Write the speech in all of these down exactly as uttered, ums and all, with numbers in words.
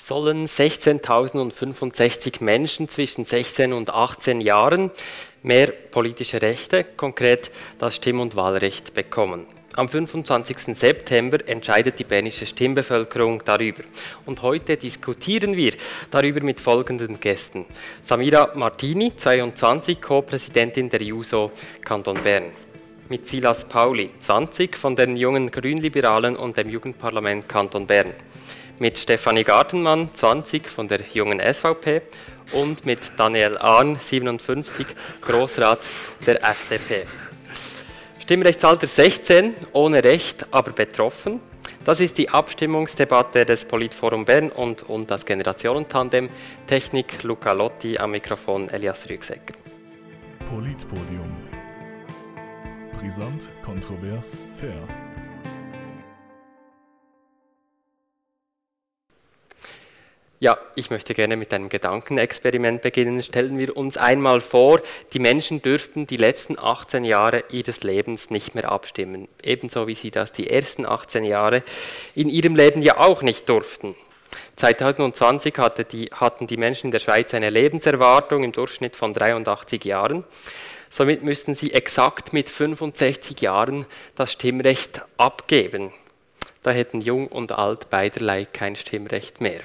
sollen sechzehntausendfünfundsechzig Menschen zwischen sechzehn und achtzehn Jahren mehr politische Rechte, konkret das Stimm- und Wahlrecht, bekommen. Am fünfundzwanzigsten September entscheidet die bernische Stimmbevölkerung darüber. Und heute diskutieren wir darüber mit folgenden Gästen. Samira Martini, zweiundzwanzig, Co-Präsidentin der JUSO Kanton Bern. Mit Silas Pauli, zwanzig, von den Jungen Grünliberalen und dem Jugendparlament Kanton Bern. Mit Stefanie Gartenmann, zwanzig, von der Jungen S V P. Und mit Daniel Ahn, siebenundfünfzig, Grossrat der F D P. Stimmrechtsalter sechzehn, ohne Recht, aber betroffen. Das ist die Abstimmungsdebatte des Politforum Bern und, und das Generationentandem. Technik Luca Lotti, am Mikrofon Elias Rüegsecker. Politpodium. Brisant, kontrovers, fair. Ja, ich möchte gerne mit einem Gedankenexperiment beginnen. Stellen wir uns einmal vor, die Menschen dürften die letzten achtzehn Jahre ihres Lebens nicht mehr abstimmen. Ebenso wie sie das die ersten achtzehn Jahre in ihrem Leben ja auch nicht durften. zweitausendzwanzig hatte die, hatten die Menschen in der Schweiz eine Lebenserwartung im Durchschnitt von dreiundachtzig Jahren. Somit müssten sie exakt mit fünfundsechzig Jahren das Stimmrecht abgeben. Da hätten Jung und Alt beiderlei kein Stimmrecht mehr.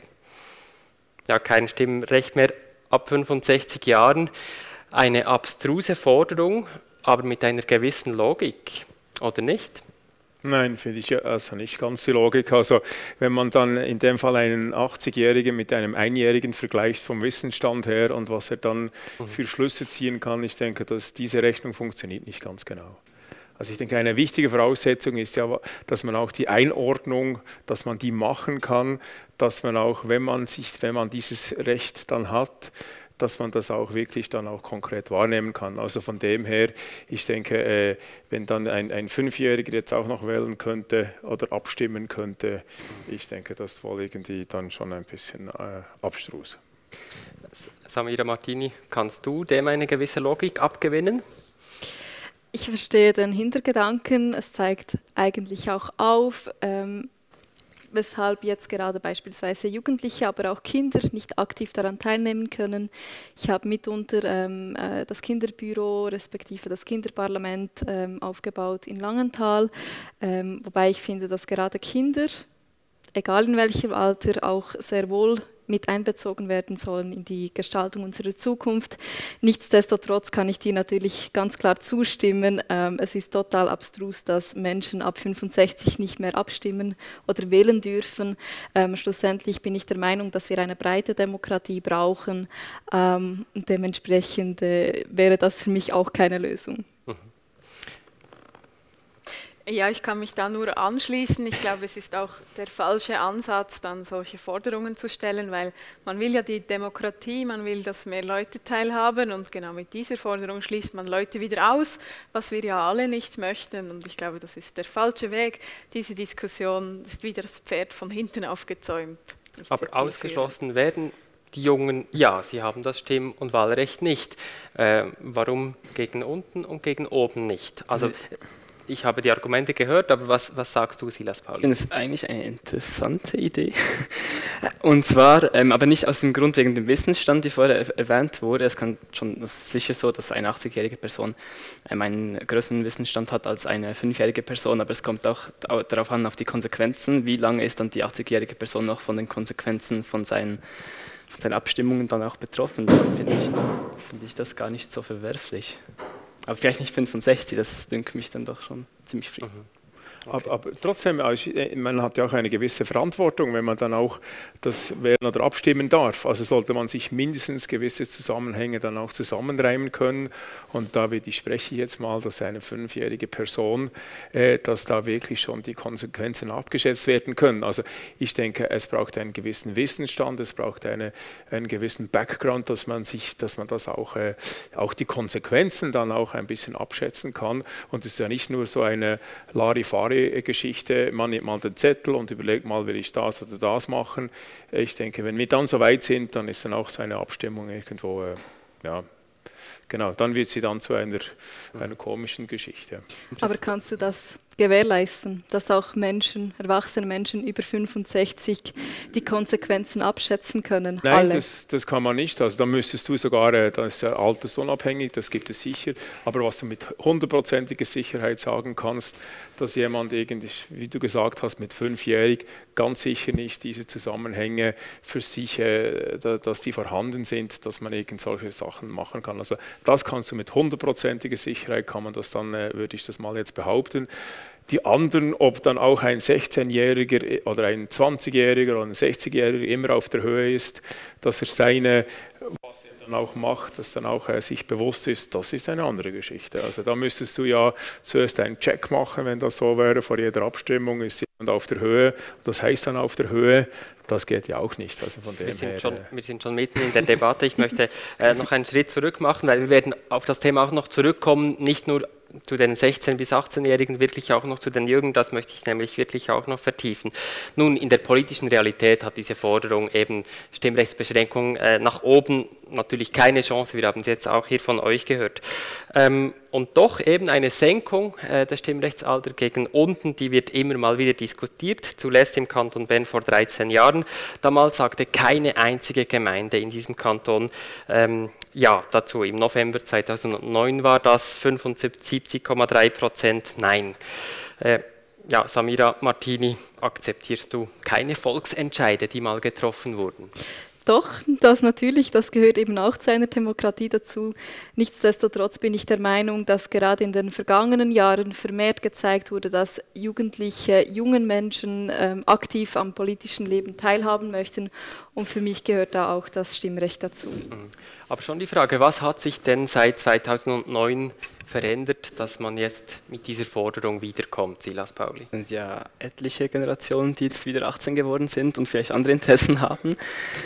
Ja, kein Stimmrecht mehr ab fünfundsechzig Jahren. Eine abstruse Forderung, aber mit einer gewissen Logik, oder nicht? Nein, finde ich also nicht ganz die Logik. Also wenn man dann in dem Fall einen achtzigjährigen mit einem Einjährigen vergleicht vom Wissensstand her und was er dann mhm. für Schlüsse ziehen kann, ich denke, dass diese Rechnung funktioniert nicht ganz genau. Also ich denke, eine wichtige Voraussetzung ist ja, dass man auch die Einordnung, dass man die machen kann, dass man auch, wenn man sich, wenn man dieses Recht dann hat, dass man das auch wirklich dann auch konkret wahrnehmen kann. Also von dem her, ich denke, äh, wenn dann ein, ein Fünfjähriger jetzt auch noch wählen könnte oder abstimmen könnte, ich denke, das ist wohl irgendwie dann schon ein bisschen äh, abstrus. Samira Martini, kannst du dem eine gewisse Logik abgewinnen? Ich verstehe den Hintergedanken. Es zeigt eigentlich auch auf, ähm, weshalb jetzt gerade beispielsweise Jugendliche, aber auch Kinder nicht aktiv daran teilnehmen können. Ich habe mitunter ähm, äh, das Kinderbüro respektive das Kinderparlament ähm, aufgebaut in Langenthal, ähm, wobei ich finde, dass gerade Kinder, egal in welchem Alter, auch sehr wohl mit einbezogen werden sollen in die Gestaltung unserer Zukunft. Nichtsdestotrotz kann ich dir natürlich ganz klar zustimmen. Ähm, es ist total abstrus, dass Menschen ab fünfundsechzig nicht mehr abstimmen oder wählen dürfen. Ähm, schlussendlich bin ich der Meinung, dass wir eine breite Demokratie brauchen. Ähm, und dementsprechend äh, wäre das für mich auch keine Lösung. Mhm. Ja, ich kann mich da nur anschließen. Ich glaube, es ist auch der falsche Ansatz, dann solche Forderungen zu stellen, weil man will ja die Demokratie, man will, dass mehr Leute teilhaben und genau mit dieser Forderung schließt man Leute wieder aus, was wir ja alle nicht möchten. Und ich glaube, das ist der falsche Weg. Diese Diskussion ist wie das Pferd von hinten aufgezäumt. Aber ausgeschlossen werden die Jungen, ja, sie haben das Stimm- und Wahlrecht nicht. Äh, warum gegen unten und gegen oben nicht? Also ich habe die Argumente gehört, aber was, was sagst du, Silas Pauli? Ich finde es eigentlich eine interessante Idee. Und zwar, ähm, aber nicht aus dem Grund wegen dem Wissensstand, wie vorher erwähnt wurde. Es kann schon, es ist sicher so, dass eine achtzigjährige Person ähm, einen größeren Wissensstand hat als eine fünfjährige Person, aber es kommt auch darauf an, auf die Konsequenzen. Wie lange ist dann die achtzigjährige Person noch von den Konsequenzen von seinen, von seinen Abstimmungen dann auch betroffen? Dann finde ich, finde ich das gar nicht so verwerflich. Aber vielleicht nicht fünfundsechzig, das dünkt mich dann doch schon ziemlich früh. Mhm. Okay. Aber, aber trotzdem, man hat ja auch eine gewisse Verantwortung, wenn man dann auch das wählen oder abstimmen darf. Also sollte man sich mindestens gewisse Zusammenhänge dann auch zusammenreimen können. Und da widerspreche ich jetzt mal, dass eine fünfjährige Person, äh, dass da wirklich schon die Konsequenzen abgeschätzt werden können. Also ich denke, es braucht einen gewissen Wissensstand, es braucht eine, einen gewissen Background, dass man sich, dass man das auch, äh, auch die Konsequenzen dann auch ein bisschen abschätzen kann. Und es ist ja nicht nur so eine Larifari Geschichte, man nimmt mal den Zettel und überlegt mal, will ich das oder das machen. Ich denke, wenn wir dann so weit sind, dann ist dann auch so eine Abstimmung irgendwo, äh, ja, genau, dann wird sie dann zu einer, einer komischen Geschichte. Aber kannst du das gewährleisten, dass auch Menschen, erwachsene Menschen über fünfundsechzig die Konsequenzen abschätzen können? Nein, Alle. das, das kann man nicht. Also da müsstest du sogar, äh, das ist ja altersunabhängig, das gibt es sicher. Aber was du mit hundertprozentiger Sicherheit sagen kannst, dass jemand irgendwie, wie du gesagt hast, mit fünfjährig ganz sicher nicht diese Zusammenhänge für sich, äh, da, dass die vorhanden sind, dass man irgend solche Sachen machen kann. Also das kannst du mit hundertprozentiger Sicherheit, kann man das dann, äh, würde ich das mal jetzt behaupten. Die anderen, ob dann auch ein sechzehnjähriger oder ein zwanzigjähriger oder ein sechzigjähriger immer auf der Höhe ist, dass er seine, was er dann auch macht, dass dann auch äh, sich bewusst ist, das ist eine andere Geschichte. Also da müsstest du ja zuerst einen Check machen, wenn das so wäre, vor jeder Abstimmung ist jemand auf der Höhe. Das heißt dann auf der Höhe, das geht ja auch nicht. Also von dem wir, sind her, schon, wir sind schon mitten in der Debatte. Ich möchte äh, noch einen Schritt zurück machen, weil wir werden auf das Thema auch noch zurückkommen, nicht nur zu den sechzehn- bis achtzehnjährigen, wirklich auch noch zu den Jüngeren, das möchte ich nämlich wirklich auch noch vertiefen. Nun, in der politischen Realität hat diese Forderung eben Stimmrechtsbeschränkung äh, nach oben natürlich keine Chance, wir haben es jetzt auch hier von euch gehört. Ähm, und doch eben eine Senkung äh, des Stimmrechtsalters gegen unten, die wird immer mal wieder diskutiert, zuletzt im Kanton Bern vor dreizehn Jahren. Damals sagte keine einzige Gemeinde in diesem Kanton ähm, ja dazu. Im November zweitausendneun war das fünfundsiebzig Komma drei Prozent Nein. Äh, ja, Samira Martini, akzeptierst du keine Volksentscheide, die mal getroffen wurden? Doch, das natürlich, das gehört eben auch zu einer Demokratie dazu. Nichtsdestotrotz bin ich der Meinung, dass gerade in den vergangenen Jahren vermehrt gezeigt wurde, dass Jugendliche, jungen Menschen ähm, aktiv am politischen Leben teilhaben möchten. Und für mich gehört da auch das Stimmrecht dazu. Aber schon die Frage, was hat sich denn seit zweitausendneun verändert, dass man jetzt mit dieser Forderung wiederkommt, Silas Pauli? Es sind ja etliche Generationen, die jetzt wieder achtzehn geworden sind und vielleicht andere Interessen haben.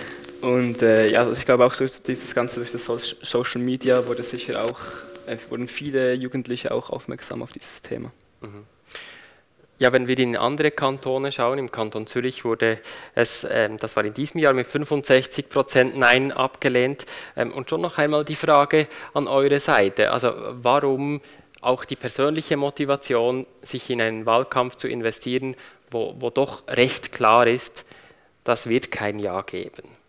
Und äh, ja, also ich glaube auch durch dieses Ganze, durch das Social Media wurde sicher auch, äh, wurden viele Jugendliche auch aufmerksam auf dieses Thema. Mhm. Ja, wenn wir in andere Kantone schauen, im Kanton Zürich wurde es, ähm, das war in diesem Jahr mit fünfundsechzig Prozent Nein abgelehnt. Ähm, und schon noch einmal die Frage an eure Seite, also warum auch die persönliche Motivation, sich in einen Wahlkampf zu investieren, wo, wo doch recht klar ist, das wird kein Ja geben?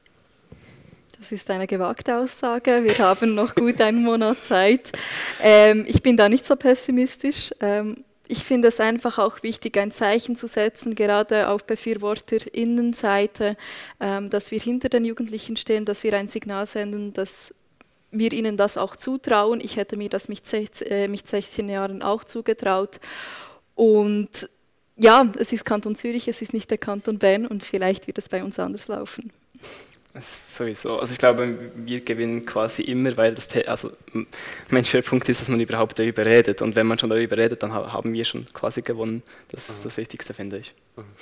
Das ist eine gewagte Aussage. Wir haben noch gut einen Monat Zeit. Ähm, ich bin da nicht so pessimistisch. Ähm, ich finde es einfach auch wichtig, ein Zeichen zu setzen, gerade auf BefürworterInnenseite, ähm, dass wir hinter den Jugendlichen stehen, dass wir ein Signal senden, dass wir ihnen das auch zutrauen. Ich hätte mir das mit sechzehn Jahren auch zugetraut. Und ja, es ist Kanton Zürich, es ist nicht der Kanton Bern und vielleicht wird es bei uns anders laufen. Das ist sowieso. Also ich glaube, wir gewinnen quasi immer, weil das, also mein Schwerpunkt ist, dass man überhaupt darüber redet. Und wenn man schon darüber redet, dann haben wir schon quasi gewonnen. Das ist das Wichtigste, finde ich.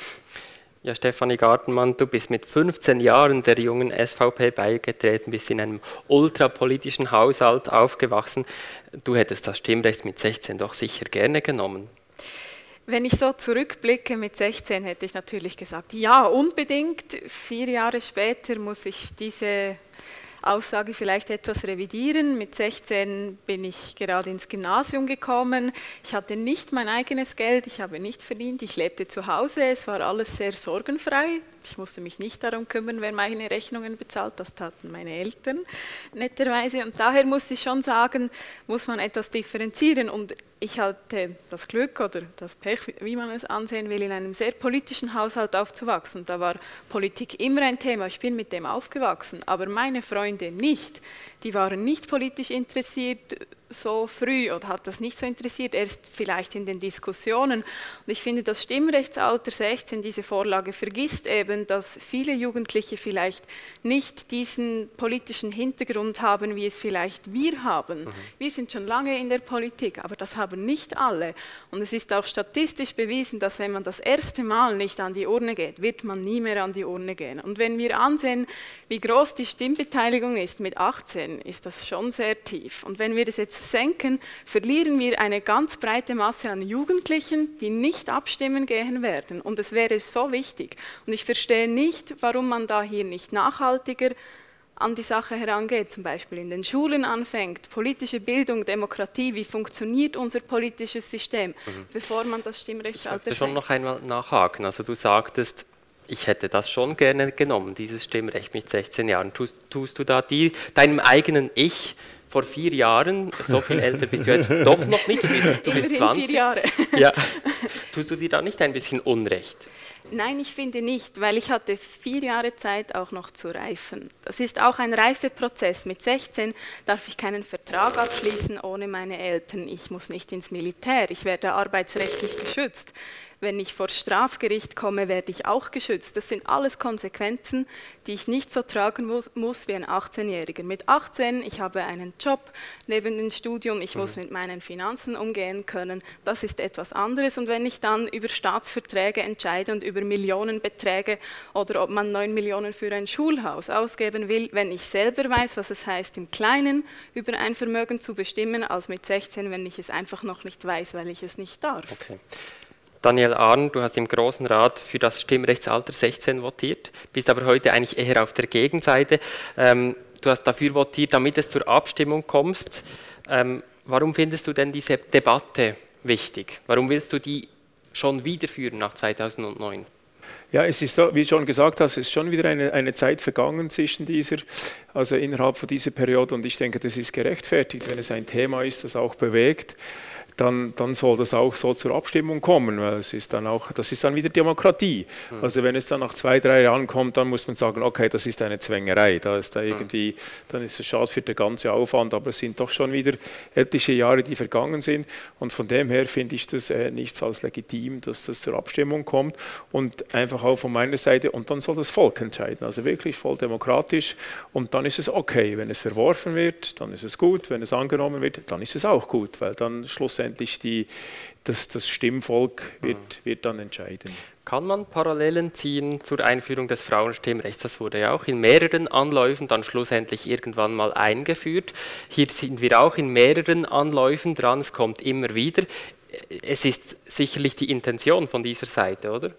Ja, Stefanie Gartenmann, du bist mit fünfzehn Jahren der jungen S V P beigetreten, bist in einem ultrapolitischen Haushalt aufgewachsen. Du hättest das Stimmrecht mit sechzehn doch sicher gerne genommen. Wenn ich so zurückblicke, mit sechzehn hätte ich natürlich gesagt, ja, unbedingt. Vier Jahre später muss ich diese Aussage vielleicht etwas revidieren. Mit sechzehn bin ich gerade ins Gymnasium gekommen. Ich hatte nicht mein eigenes Geld, ich habe nicht verdient, ich lebte zu Hause, es war alles sehr sorgenfrei. Ich musste mich nicht darum kümmern, wer meine Rechnungen bezahlt, das taten meine Eltern netterweise. Und daher muss ich schon sagen, muss man etwas differenzieren. Und ich hatte das Glück oder das Pech, wie man es ansehen will, in einem sehr politischen Haushalt aufzuwachsen. Da war Politik immer ein Thema. Ich bin mit dem aufgewachsen, aber meine Freunde nicht. Die waren nicht politisch interessiert so früh oder hat das nicht so interessiert, erst vielleicht in den Diskussionen. Und ich finde, das Stimmrechtsalter sechzehn, diese Vorlage, vergisst eben, dass viele Jugendliche vielleicht nicht diesen politischen Hintergrund haben, wie es vielleicht wir haben. Mhm. Wir sind schon lange in der Politik, aber das haben nicht alle. Und es ist auch statistisch bewiesen, dass wenn man das erste Mal nicht an die Urne geht, wird man nie mehr an die Urne gehen. Und wenn wir ansehen, wie groß die Stimmbeteiligung ist mit achtzehn, ist das schon sehr tief. Und wenn wir das jetzt senken, verlieren wir eine ganz breite Masse an Jugendlichen, die nicht abstimmen gehen werden. Und es wäre so wichtig. Und ich verstehe nicht, warum man da hier nicht nachhaltiger an die Sache herangeht, zum Beispiel in den Schulen anfängt, politische Bildung, Demokratie, wie funktioniert unser politisches System, mhm. bevor man das Stimmrechtsalter Ich möchte schon noch einmal nachhaken. Also du sagtest, ich hätte das schon gerne genommen, dieses Stimmrecht mit sechzehn Jahren. Tust, tust du da die, deinem eigenen Ich vor vier Jahren, so viel älter bist du jetzt doch noch nicht, du bist, du bist zwanzig. vier Jahre. Ja. Tust du dir da nicht ein bisschen Unrecht? Nein, ich finde nicht, weil ich hatte vier Jahre Zeit auch noch zu reifen. Das ist auch ein Reifeprozess. Mit sechzehn darf ich keinen Vertrag abschließen ohne meine Eltern. Ich muss nicht ins Militär, ich werde arbeitsrechtlich geschützt. Wenn ich vor Strafgericht komme, werde ich auch geschützt. Das sind alles Konsequenzen, die ich nicht so tragen muss, muss wie ein achtzehnjähriger. Mit achtzehn, ich habe einen Job neben dem Studium, ich muss mit meinen Finanzen umgehen können. Das ist etwas anderes. Und wenn ich dann über Staatsverträge entscheide und über Millionenbeträge oder ob man neun Millionen für ein Schulhaus ausgeben will, wenn ich selber weiß, was es heißt, im Kleinen über ein Vermögen zu bestimmen, als mit sechzehn, wenn ich es einfach noch nicht weiß, weil ich es nicht darf. Okay. Daniel Arn, du hast im Grossen Rat für das Stimmrechtsalter sechzehn votiert, bist aber heute eigentlich eher auf der Gegenseite. Ähm, du hast dafür votiert, damit es zur Abstimmung kommst. Ähm, warum findest du denn diese Debatte wichtig? Warum willst du die schon wiederführen nach zweitausendneun? Ja, es ist so, wie du schon gesagt hast, es ist schon wieder eine, eine Zeit vergangen zwischen dieser, also innerhalb von dieser Periode, und ich denke, das ist gerechtfertigt, wenn es ein Thema ist, das auch bewegt. Dann, dann soll das auch so zur Abstimmung kommen, weil es ist dann auch, das ist dann wieder Demokratie. Mhm. Also wenn es dann nach zwei, drei Jahren kommt, dann muss man sagen, okay, das ist eine Zwängerei, da ist da irgendwie, dann ist es schade für den ganzen Aufwand, aber es sind doch schon wieder etliche Jahre, die vergangen sind, und von dem her finde ich das äh, nichts als legitim, dass das zur Abstimmung kommt, und einfach auch von meiner Seite, und dann soll das Volk entscheiden, also wirklich voll demokratisch, und dann ist es okay, wenn es verworfen wird, dann ist es gut, wenn es angenommen wird, dann ist es auch gut, weil dann schlussendlich Die, das, das Stimmvolk wird, wird dann entscheiden. Kann man Parallelen ziehen zur Einführung des Frauenstimmrechts? Das wurde ja auch in mehreren Anläufen dann schlussendlich irgendwann mal eingeführt. Hier sind wir auch in mehreren Anläufen dran, es kommt immer wieder. Es ist sicherlich die Intention von dieser Seite, oder?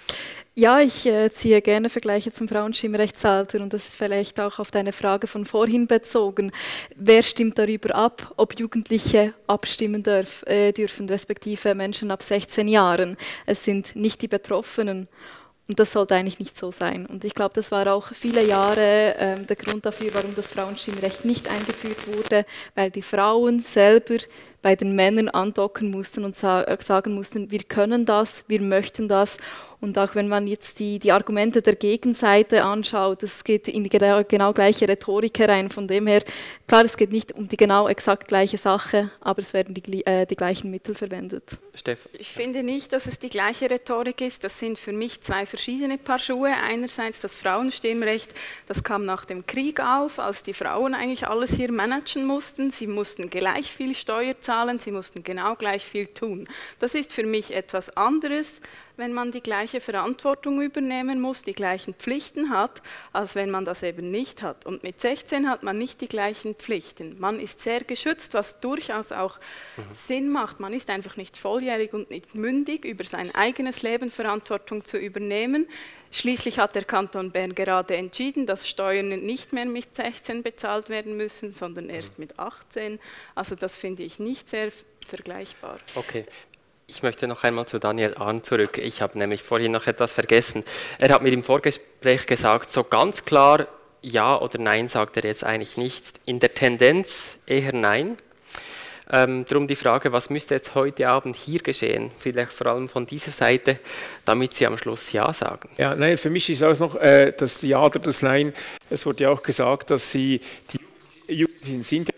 Ja, ich äh, ziehe gerne Vergleiche zum Frauenstimmrechtsalter, und das ist vielleicht auch auf deine Frage von vorhin bezogen. Wer stimmt darüber ab, ob Jugendliche abstimmen dürf, äh, dürfen, respektive Menschen ab sechzehn Jahren? Es sind nicht die Betroffenen. Und das sollte eigentlich nicht so sein. Und ich glaube, das war auch viele Jahre äh, der Grund dafür, warum das Frauenstimmrecht nicht eingeführt wurde, weil die Frauen selber bei den Männern andocken mussten und sa- sagen mussten, wir können das, wir möchten das. Und auch wenn man jetzt die, die Argumente der Gegenseite anschaut, es geht in die genau, genau gleiche Rhetorik herein. Von dem her, klar, es geht nicht um die genau exakt gleiche Sache, aber es werden die, äh, die gleichen Mittel verwendet. Steff? Ich finde nicht, dass es die gleiche Rhetorik ist. Das sind für mich zwei verschiedene Paar Schuhe. Einerseits das Frauenstimmrecht, das kam nach dem Krieg auf, als die Frauen eigentlich alles hier managen mussten. Sie mussten gleich viel Steuer zahlen, sie mussten genau gleich viel tun. Das ist für mich etwas anderes, wenn man die gleiche Verantwortung übernehmen muss, die gleichen Pflichten hat, als wenn man das eben nicht hat. Und mit sechzehn hat man nicht die gleichen Pflichten. Man ist sehr geschützt, was durchaus auch mhm. Sinn macht. Man ist einfach nicht volljährig und nicht mündig, über sein eigenes Leben Verantwortung zu übernehmen. Schließlich hat der Kanton Bern gerade entschieden, dass Steuern nicht mehr mit sechzehn bezahlt werden müssen, sondern erst mit achtzehn. Also das finde ich nicht sehr vergleichbar. Okay. Ich möchte noch einmal zu Daniel Arn zurück. Ich habe nämlich vorhin noch etwas vergessen. Er hat mir im Vorgespräch gesagt, so ganz klar Ja oder Nein sagt er jetzt eigentlich nicht. In der Tendenz eher Nein. Ähm, darum die Frage, was müsste jetzt heute Abend hier geschehen? Vielleicht vor allem von dieser Seite, damit Sie am Schluss Ja sagen. Ja, nein, für mich ist auch noch äh, das Ja oder das Nein. Es wurde ja auch gesagt, dass Sie, die Jugendlichen sind ja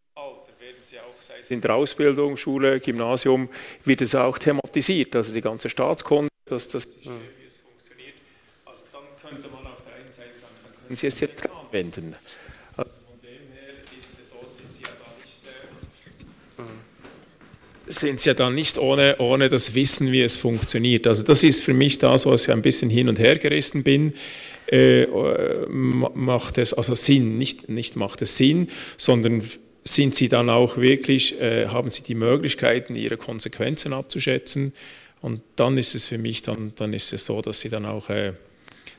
in der Ausbildung, Schule, Gymnasium, wird es auch thematisiert, also die ganze Staatskunde, dass das wie es funktioniert. Also dann könnte man auf der einen Seite sagen, dann können Sie es jetzt anwenden. Also von dem her ist es so, sind Sie ja dann nicht, äh, sind Sie ja dann nicht ohne, ohne das Wissen, wie es funktioniert. Also das ist für mich das, was ich ein bisschen hin und her gerissen bin. Äh, macht es also Sinn, nicht, nicht macht es Sinn, sondern sind Sie dann auch wirklich, äh, haben Sie die Möglichkeiten, Ihre Konsequenzen abzuschätzen, und dann ist es für mich, dann, dann ist es so, dass Sie dann auch, äh,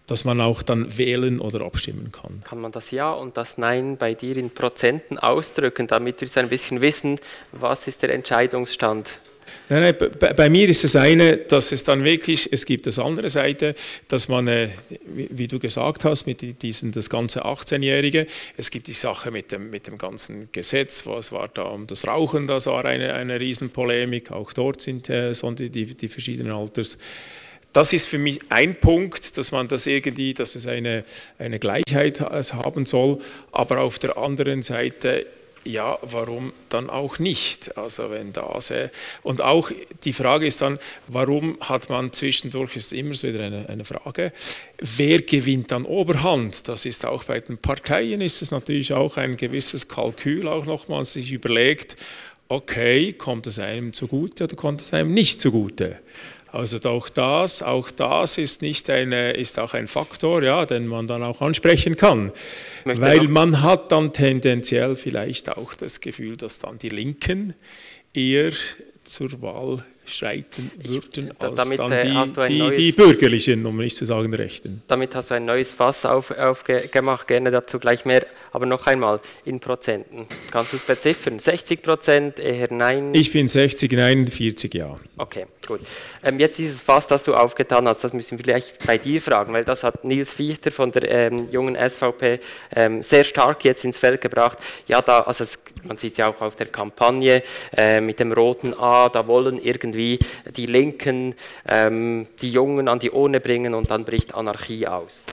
dass man auch dann wählen oder abstimmen kann. Kann man das Ja und das Nein bei dir in Prozenten ausdrücken, damit wir so ein bisschen wissen, was ist der Entscheidungsstand? Nein, nein, bei, bei mir ist es eine, dass es dann wirklich, es gibt das andere Seite, dass man, äh, wie, wie du gesagt hast, mit diesen, das ganze achtzehnjährige, es gibt die Sache mit dem, mit dem ganzen Gesetz, was war da um das Rauchen, das war eine, eine Riesenpolemik, auch dort sind äh, so die, die, die verschiedenen Alters. Das ist für mich ein Punkt, dass man das irgendwie, dass es eine, eine Gleichheit haben soll, aber auf der anderen Seite, ja, warum dann auch nicht? Also wenn das, äh, und auch die Frage ist dann, warum hat man zwischendurch, ist immer so wieder eine, eine Frage, wer gewinnt dann Oberhand? Das ist auch bei den Parteien, ist es natürlich auch ein gewisses Kalkül, auch nochmal sich überlegt, okay, kommt es einem zugute oder kommt es einem nicht zugute? Also auch das, auch das ist, nicht eine, ist auch ein Faktor, ja, den man dann auch ansprechen kann. Weil man hat dann tendenziell vielleicht auch das Gefühl, dass dann die Linken eher zur Wahl schreiten würden ich, als damit, dann äh, die, die, die bürgerlichen, um nicht zu sagen Rechten. Damit hast du ein neues Fass aufgemacht, auf, gerne dazu gleich mehr. Aber noch einmal, in Prozenten. Kannst du es beziffern? sechzig Prozent, eher Nein? Ich bin sechzig Nein, vierzig Ja. Okay, gut. Ähm, jetzt dieses Fass, das du aufgetan hast, das müssen wir vielleicht bei dir fragen, weil das hat Nils Fichter von der ähm, jungen S V P ähm, sehr stark jetzt ins Feld gebracht. Ja, da, also es, man sieht es ja auch auf der Kampagne äh, mit dem roten A, da wollen irgendwie die Linken ähm, die Jungen an die Urne bringen und dann bricht Anarchie aus.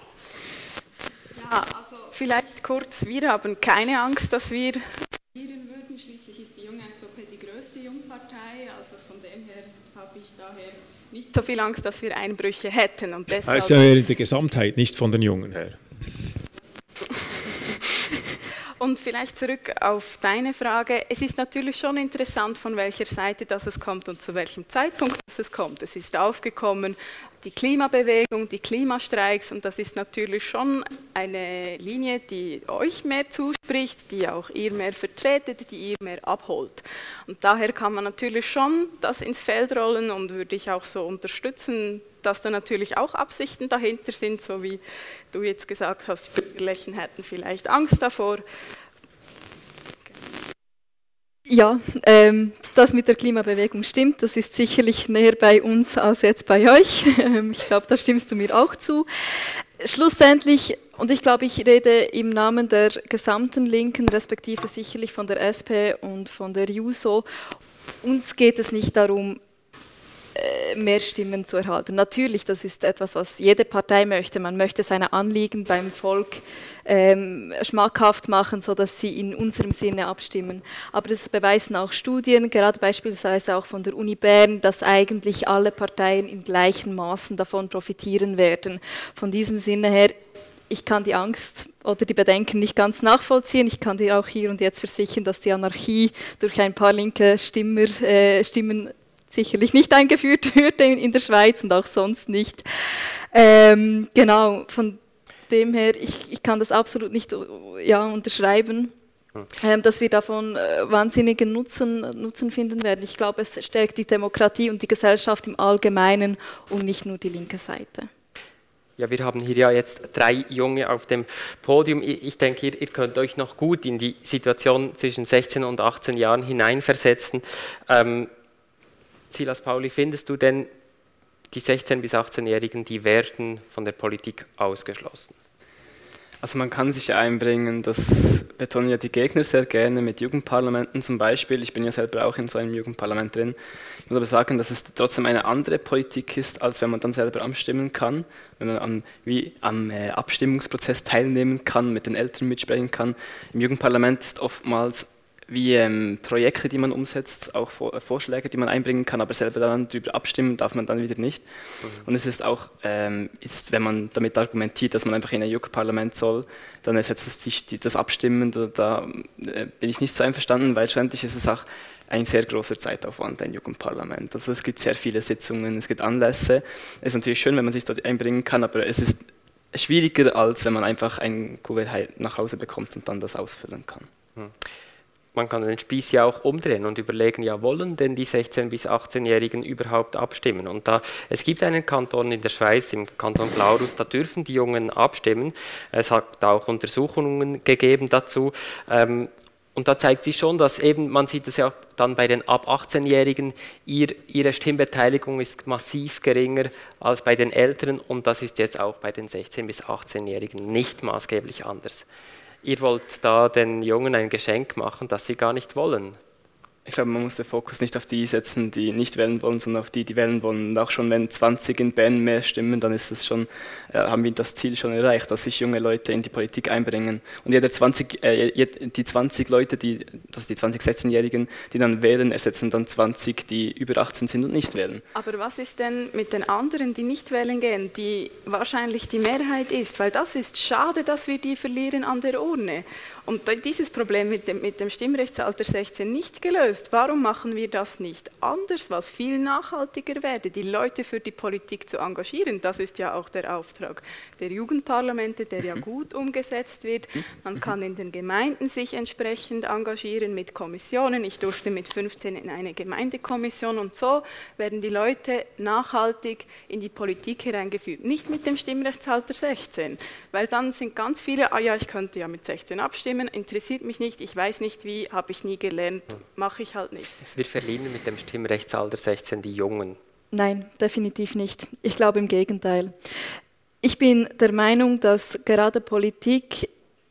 Ja, also vielleicht kurz, wir haben keine Angst, dass wir verlieren würden. Schließlich ist die junge S V P die größte Jungpartei, also von dem her habe ich daher nicht so viel Angst, dass wir Einbrüche hätten. Und deshalb also in der Gesamtheit, nicht von den Jungen her. Und vielleicht zurück auf deine Frage. Es ist natürlich schon interessant, von welcher Seite das es kommt und zu welchem Zeitpunkt das es kommt. Es ist aufgekommen, die Klimabewegung, die Klimastreiks, und das ist natürlich schon eine Linie, die euch mehr zuspricht, die auch ihr mehr vertretet, die ihr mehr abholt. Und daher kann man natürlich schon das ins Feld rollen und würde ich auch so unterstützen, dass da natürlich auch Absichten dahinter sind, so wie du jetzt gesagt hast, die Bürgerlichen hätten vielleicht Angst davor. Ja, ähm, das mit der Klimabewegung stimmt, das ist sicherlich näher bei uns als jetzt bei euch. Ich glaube, da stimmst du mir auch zu. Schlussendlich, und ich glaube, ich rede im Namen der gesamten Linken, respektive sicherlich von der S P und von der Juso, uns geht es nicht darum, mehr Stimmen zu erhalten. Natürlich, das ist etwas, was jede Partei möchte. Man möchte seine Anliegen beim Volk ähm, schmackhaft machen, sodass sie in unserem Sinne abstimmen. Aber das beweisen auch Studien, gerade beispielsweise auch von der Uni Bern, dass eigentlich alle Parteien in gleichen Maßen davon profitieren werden. Von diesem Sinne her, ich kann die Angst oder die Bedenken nicht ganz nachvollziehen. Ich kann dir auch hier und jetzt versichern, dass die Anarchie durch ein paar linke Stimmer, äh, Stimmen sicherlich nicht eingeführt würde in der Schweiz und auch sonst nicht. Ähm, genau, von dem her, ich, ich kann das absolut nicht ja, unterschreiben, ähm, dass wir davon äh, wahnsinnigen Nutzen, Nutzen finden werden. Ich glaube, es stärkt die Demokratie und die Gesellschaft im Allgemeinen und nicht nur die linke Seite. Ja, wir haben hier ja jetzt drei Junge auf dem Podium. Ich denke, ihr, ihr könnt euch noch gut in die Situation zwischen sechzehn und achtzehn Jahren hineinversetzen. Ähm, Silas Pauli, findest du denn, die sechzehn- bis achtzehnjährigen, die werden von der Politik ausgeschlossen? Also man kann sich einbringen, das betonen ja die Gegner sehr gerne mit Jugendparlamenten zum Beispiel. Ich bin ja selber auch in so einem Jugendparlament drin. Ich muss aber sagen, dass es trotzdem eine andere Politik ist, als wenn man dann selber abstimmen kann, wenn man an, wie am äh, Abstimmungsprozess teilnehmen kann, mit den Eltern mitsprechen kann. Im Jugendparlament ist oftmals wie ähm, Projekte, die man umsetzt, auch Vor- Vorschläge, die man einbringen kann, aber selber dann darüber abstimmen darf man dann wieder nicht. Mhm. Und es ist auch, ähm, ist, wenn man damit argumentiert, dass man einfach in ein Jugendparlament soll, dann ersetzt das, die, das Abstimmen, da, da äh, bin ich nicht so einverstanden, weil schlussendlich ist es auch ein sehr großer Zeitaufwand, ein Jugendparlament. Also es gibt sehr viele Sitzungen, es gibt Anlässe. Es ist natürlich schön, wenn man sich dort einbringen kann, aber es ist schwieriger, als wenn man einfach ein Kuvert nach Hause bekommt und dann das ausfüllen kann. Mhm. man kann den Spieß ja auch umdrehen und überlegen, ja, wollen denn die sechzehn- bis achtzehnjährigen überhaupt abstimmen? Und da, es gibt einen Kanton in der Schweiz, im Kanton Glarus, da dürfen die Jungen abstimmen. Es hat auch Untersuchungen gegeben dazu. Ähm, und da zeigt sich schon, dass eben, man sieht es ja auch dann bei den ab achtzehnjährigen, ihr, ihre Stimmbeteiligung ist massiv geringer als bei den Älteren und das ist jetzt auch bei den sechzehn- bis achtzehnjährigen nicht maßgeblich anders. Ihr wollt da den Jungen ein Geschenk machen, das sie gar nicht wollen. Ich glaube, man muss den Fokus nicht auf die setzen, die nicht wählen wollen, sondern auf die, die wählen wollen. Und auch schon wenn zwanzig in Bern mehr stimmen, dann ist das schon, äh, haben wir das Ziel schon erreicht, dass sich junge Leute in die Politik einbringen. Und jeder zwanzig, äh, die zwanzig Leute, die, das die zwanzig sechzehnjährigen, die dann wählen, ersetzen dann zwanzig, die über achtzehn sind und nicht wählen. Aber was ist denn mit den anderen, die nicht wählen gehen, die wahrscheinlich die Mehrheit ist? Weil das ist schade, dass wir die verlieren an der Urne. Und dieses Problem mit dem, mit dem Stimmrechtsalter sechzehn nicht gelöst. Warum machen wir das nicht anders, was viel nachhaltiger wäre, die Leute für die Politik zu engagieren? Das ist ja auch der Auftrag der Jugendparlamente, der ja gut umgesetzt wird. Man kann in den Gemeinden sich entsprechend engagieren mit Kommissionen. Ich durfte mit fünfzehn in eine Gemeindekommission und so werden die Leute nachhaltig in die Politik hereingeführt. Nicht mit dem Stimmrechtsalter sechzehn, weil dann sind ganz viele, ah ja, ich könnte ja mit sechzehn abstimmen, interessiert mich nicht, ich weiß nicht wie, habe ich nie gelernt, mache ich halt nicht. Wir verlieren mit dem Stimmrechtsalter sechzehn die Jungen. Nein, definitiv nicht. Ich glaube im Gegenteil. Ich bin der Meinung, dass gerade Politik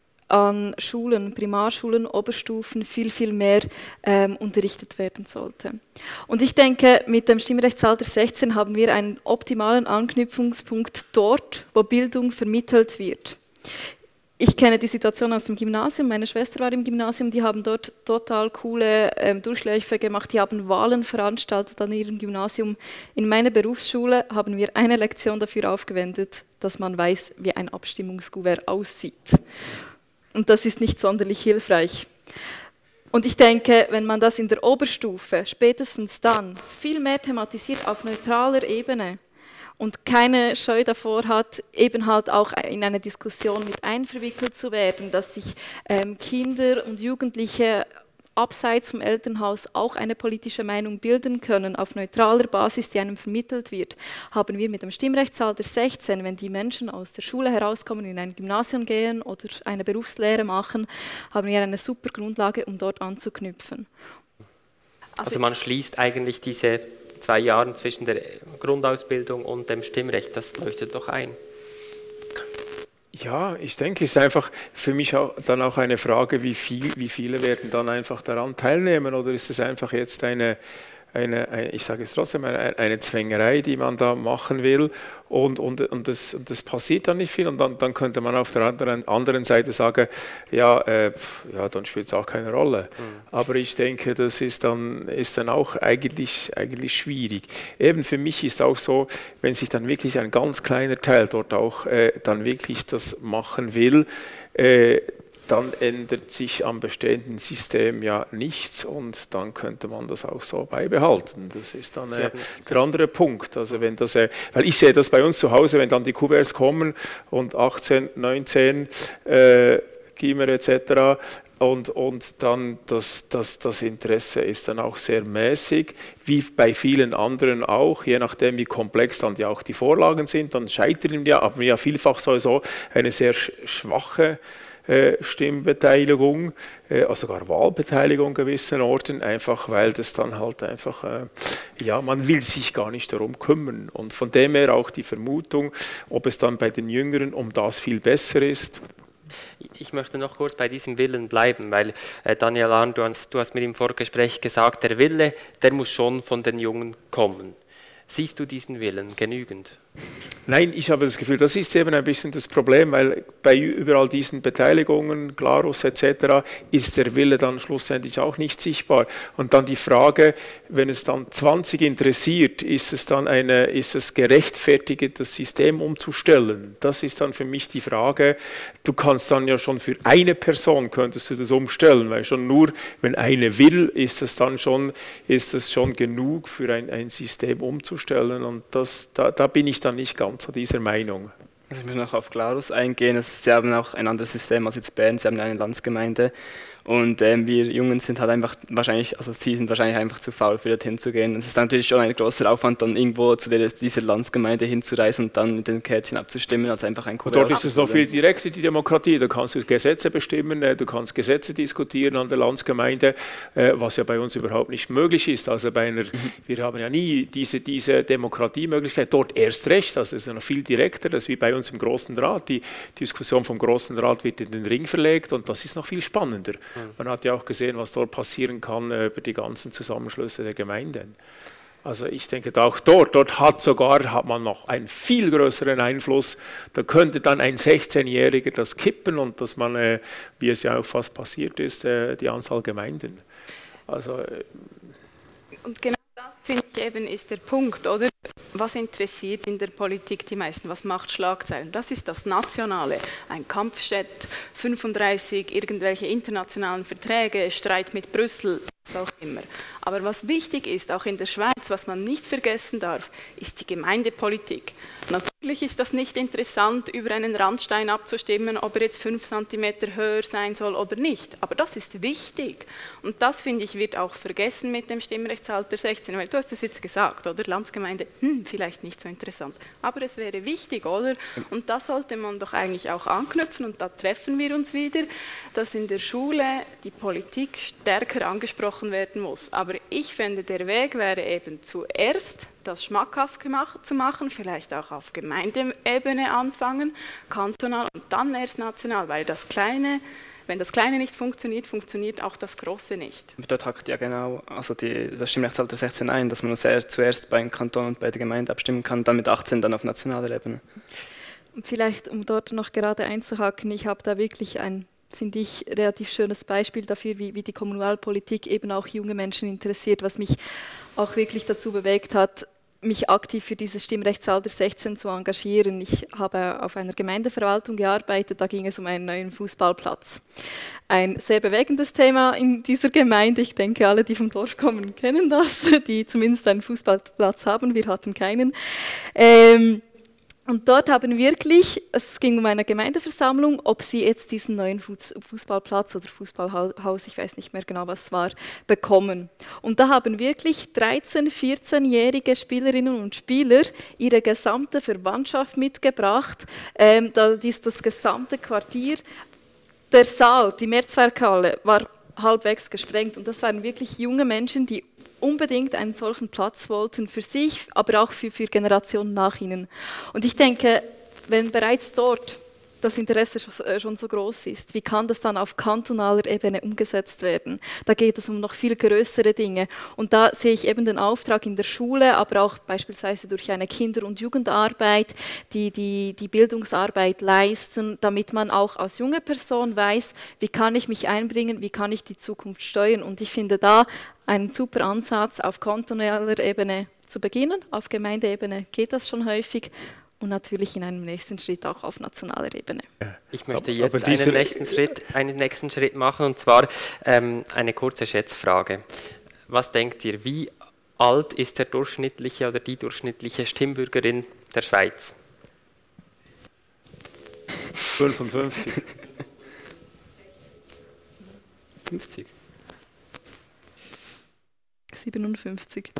an Schulen, Primarschulen, Oberstufen viel, viel mehr ähm, unterrichtet werden sollte. Und ich denke, mit dem Stimmrechtsalter sechzehn haben wir einen optimalen Anknüpfungspunkt dort, wo Bildung vermittelt wird. Ich kenne die Situation aus dem Gymnasium, meine Schwester war im Gymnasium, die haben dort total coole ähm, Durchläufe gemacht, die haben Wahlen veranstaltet an ihrem Gymnasium. In meiner Berufsschule haben wir eine Lektion dafür aufgewendet, dass man weiß, wie ein Abstimmungskuvert aussieht. Und das ist nicht sonderlich hilfreich. Und ich denke, wenn man das in der Oberstufe spätestens dann viel mehr thematisiert auf neutraler Ebene, und keine Scheu davor hat, eben halt auch in eine Diskussion mit einverwickelt zu werden, dass sich ähm, Kinder und Jugendliche abseits vom Elternhaus auch eine politische Meinung bilden können, auf neutraler Basis, die einem vermittelt wird, haben wir mit dem Stimmrechtsalter sechzehn, wenn die Menschen aus der Schule herauskommen, in ein Gymnasium gehen oder eine Berufslehre machen, haben wir eine super Grundlage, um dort anzuknüpfen. Also man schließt eigentlich diese zwei Jahren zwischen der Grundausbildung und dem Stimmrecht, das leuchtet doch ein. Ja, ich denke, es ist einfach für mich auch dann auch eine Frage, wie, viel, wie viele werden dann einfach daran teilnehmen, oder ist es einfach jetzt eine, eine, eine ich sage es trotzdem, eine, eine Zwängerei, die man da machen will und, und, und, das, und das passiert dann nicht viel und dann, dann könnte man auf der anderen, anderen Seite sagen, ja, äh, ja dann spielt es auch keine Rolle. Mhm. Aber ich denke, das ist dann, ist dann auch eigentlich, eigentlich schwierig. Eben für mich ist auch so, wenn sich dann wirklich ein ganz kleiner Teil dort auch äh, dann wirklich das machen will, äh, dann ändert sich am bestehenden System ja nichts und dann könnte man das auch so beibehalten. Das ist dann äh, der andere Punkt. Also wenn das, äh, weil ich sehe das bei uns zu Hause, wenn dann die Kuverts kommen und achtzehn, neunzehn, äh, Gimmer et cetera und, und dann das, das, das Interesse ist dann auch sehr mäßig, wie bei vielen anderen auch, je nachdem wie komplex dann die, auch die Vorlagen sind, dann scheitern ja, aber ja vielfach sowieso eine sehr schwache Stimmbeteiligung, also sogar Wahlbeteiligung an gewissen Orten, einfach weil das dann halt einfach, ja, man will sich gar nicht darum kümmern. Und von dem her auch die Vermutung, ob es dann bei den Jüngeren um das viel besser ist. Ich möchte noch kurz bei diesem Willen bleiben, weil äh, Daniel Arndt, du hast, du hast mir im Vorgespräch gesagt, der Wille, der muss schon von den Jungen kommen. Siehst du diesen Willen genügend? Nein, ich habe das Gefühl, das ist eben ein bisschen das Problem, weil bei überall diesen Beteiligungen, Glarus et cetera, ist der Wille dann schlussendlich auch nicht sichtbar. Und dann die Frage, wenn es dann zwanzig interessiert, ist es dann eine, ist es gerechtfertigt, das System umzustellen? Das ist dann für mich die Frage. Du kannst dann ja schon für eine Person könntest du das umstellen, weil schon nur, wenn eine will, ist es dann schon, ist es schon genug für ein, ein System umzustellen. Und das, da, da bin ich dann nicht ganz zu dieser Meinung. Also ich möchte noch auf Glarus eingehen. Sie haben auch ein anderes System als jetzt Bern. Sie haben eine Landsgemeinde Und ähm, wir Jungen sind halt einfach wahrscheinlich, also sie sind wahrscheinlich einfach zu faul, für dorthin zu gehen. Es ist natürlich schon ein großer Aufwand, dann irgendwo zu der, dieser Landsgemeinde hinzureisen und dann mit den Kärtchen abzustimmen, als einfach ein Kuvert. Dort ist es noch viel direkter, die Demokratie. Da kannst du Gesetze bestimmen, du kannst Gesetze diskutieren an der Landsgemeinde, was ja bei uns überhaupt nicht möglich ist. Also bei einer, wir haben ja nie diese, diese Demokratiemöglichkeit, dort erst recht. Also es ist noch viel direkter, das ist wie bei uns im Großen Rat. Die Diskussion vom Großen Rat wird in den Ring verlegt und das ist noch viel spannender. Man hat ja auch gesehen, was dort passieren kann äh, über die ganzen Zusammenschlüsse der Gemeinden. Also ich denke, auch dort, dort hat sogar hat man noch einen viel größeren Einfluss. Da könnte dann ein sechzehnjähriger das kippen und dass man, äh, wie es ja auch fast passiert ist, äh, die Anzahl Gemeinden. Also, äh, und genau das, finde ich, eben ist der Punkt, oder? Was interessiert in der Politik die meisten? Was macht Schlagzeilen? Das ist das Nationale. Ein Kampfjet, fünfunddreißig, irgendwelche internationalen Verträge, Streit mit Brüssel, was auch immer. Aber was wichtig ist, auch in der Schweiz, was man nicht vergessen darf, ist die Gemeindepolitik. Natürlich ist das nicht interessant, über einen Randstein abzustimmen, ob er jetzt fünf Zentimeter höher sein soll oder nicht. Aber das ist wichtig. Und das, finde ich, wird auch vergessen mit dem Stimmrechtsalter sechzehn. Weil du hast es jetzt gesagt, oder? Landsgemeinde, hm, vielleicht nicht so interessant. Aber es wäre wichtig, oder? Und da sollte man doch eigentlich auch anknüpfen. Und da treffen wir uns wieder, dass in der Schule die Politik stärker angesprochen werden muss. Aber ich finde, der Weg wäre eben zuerst, das schmackhaft gemacht, zu machen, vielleicht auch auf Gemeindeebene anfangen, kantonal und dann erst national, weil das Kleine, wenn das Kleine nicht funktioniert, funktioniert auch das Große nicht. Dort hakt ja genau also die, das Stimmrechtsalter sechzehn ein, dass man sehr, zuerst beim Kanton und bei der Gemeinde abstimmen kann, dann mit achtzehn dann auf nationaler Ebene. Vielleicht, um dort noch gerade einzuhaken, ich habe da wirklich ein, finde ich, relativ schönes Beispiel dafür, wie, wie die Kommunalpolitik eben auch junge Menschen interessiert, was mich auch wirklich dazu bewegt hat, mich aktiv für dieses Stimmrechtsalter sechzehn zu engagieren. Ich habe auf einer Gemeindeverwaltung gearbeitet, da ging es um einen neuen Fußballplatz. Ein sehr bewegendes Thema in dieser Gemeinde. Ich denke, alle, die vom Dorf kommen, kennen das, die zumindest einen Fußballplatz haben. Wir hatten keinen. Ähm, Und dort haben wirklich, es ging um eine Gemeindeversammlung, ob sie jetzt diesen neuen Fußballplatz oder Fußballhaus, ich weiß nicht mehr genau, was es war, bekommen. Und da haben wirklich dreizehn-, vierzehnjährige Spielerinnen und Spieler ihre gesamte Verwandtschaft mitgebracht. Ähm, da ist das gesamte Quartier, der Saal, die Mehrzweckhalle, war halbwegs gesprengt. Und das waren wirklich junge Menschen, die unbedingt einen solchen Platz wollten für sich, aber auch für, für Generationen nach ihnen. Und ich denke, wenn bereits dort das Interesse schon so groß ist, wie kann das dann auf kantonaler Ebene umgesetzt werden? Da geht es um noch viel größere Dinge. Und da sehe ich eben den Auftrag in der Schule, aber auch beispielsweise durch eine Kinder- und Jugendarbeit, die, die die Bildungsarbeit leisten, damit man auch als junge Person weiß, wie kann ich mich einbringen, wie kann ich die Zukunft steuern. Und ich finde da einen super Ansatz, auf kantonaler Ebene zu beginnen. Auf Gemeindeebene geht das schon häufig. Und natürlich in einem nächsten Schritt auch auf nationaler Ebene. Ich möchte jetzt aber einen, nächsten Schritt, einen nächsten Schritt machen, und zwar ähm, eine kurze Schätzfrage. Was denkt ihr, wie alt ist der durchschnittliche oder die durchschnittliche Stimmbürgerin der Schweiz? fünfundfünfzig. fünfzig. siebenundfünfzig.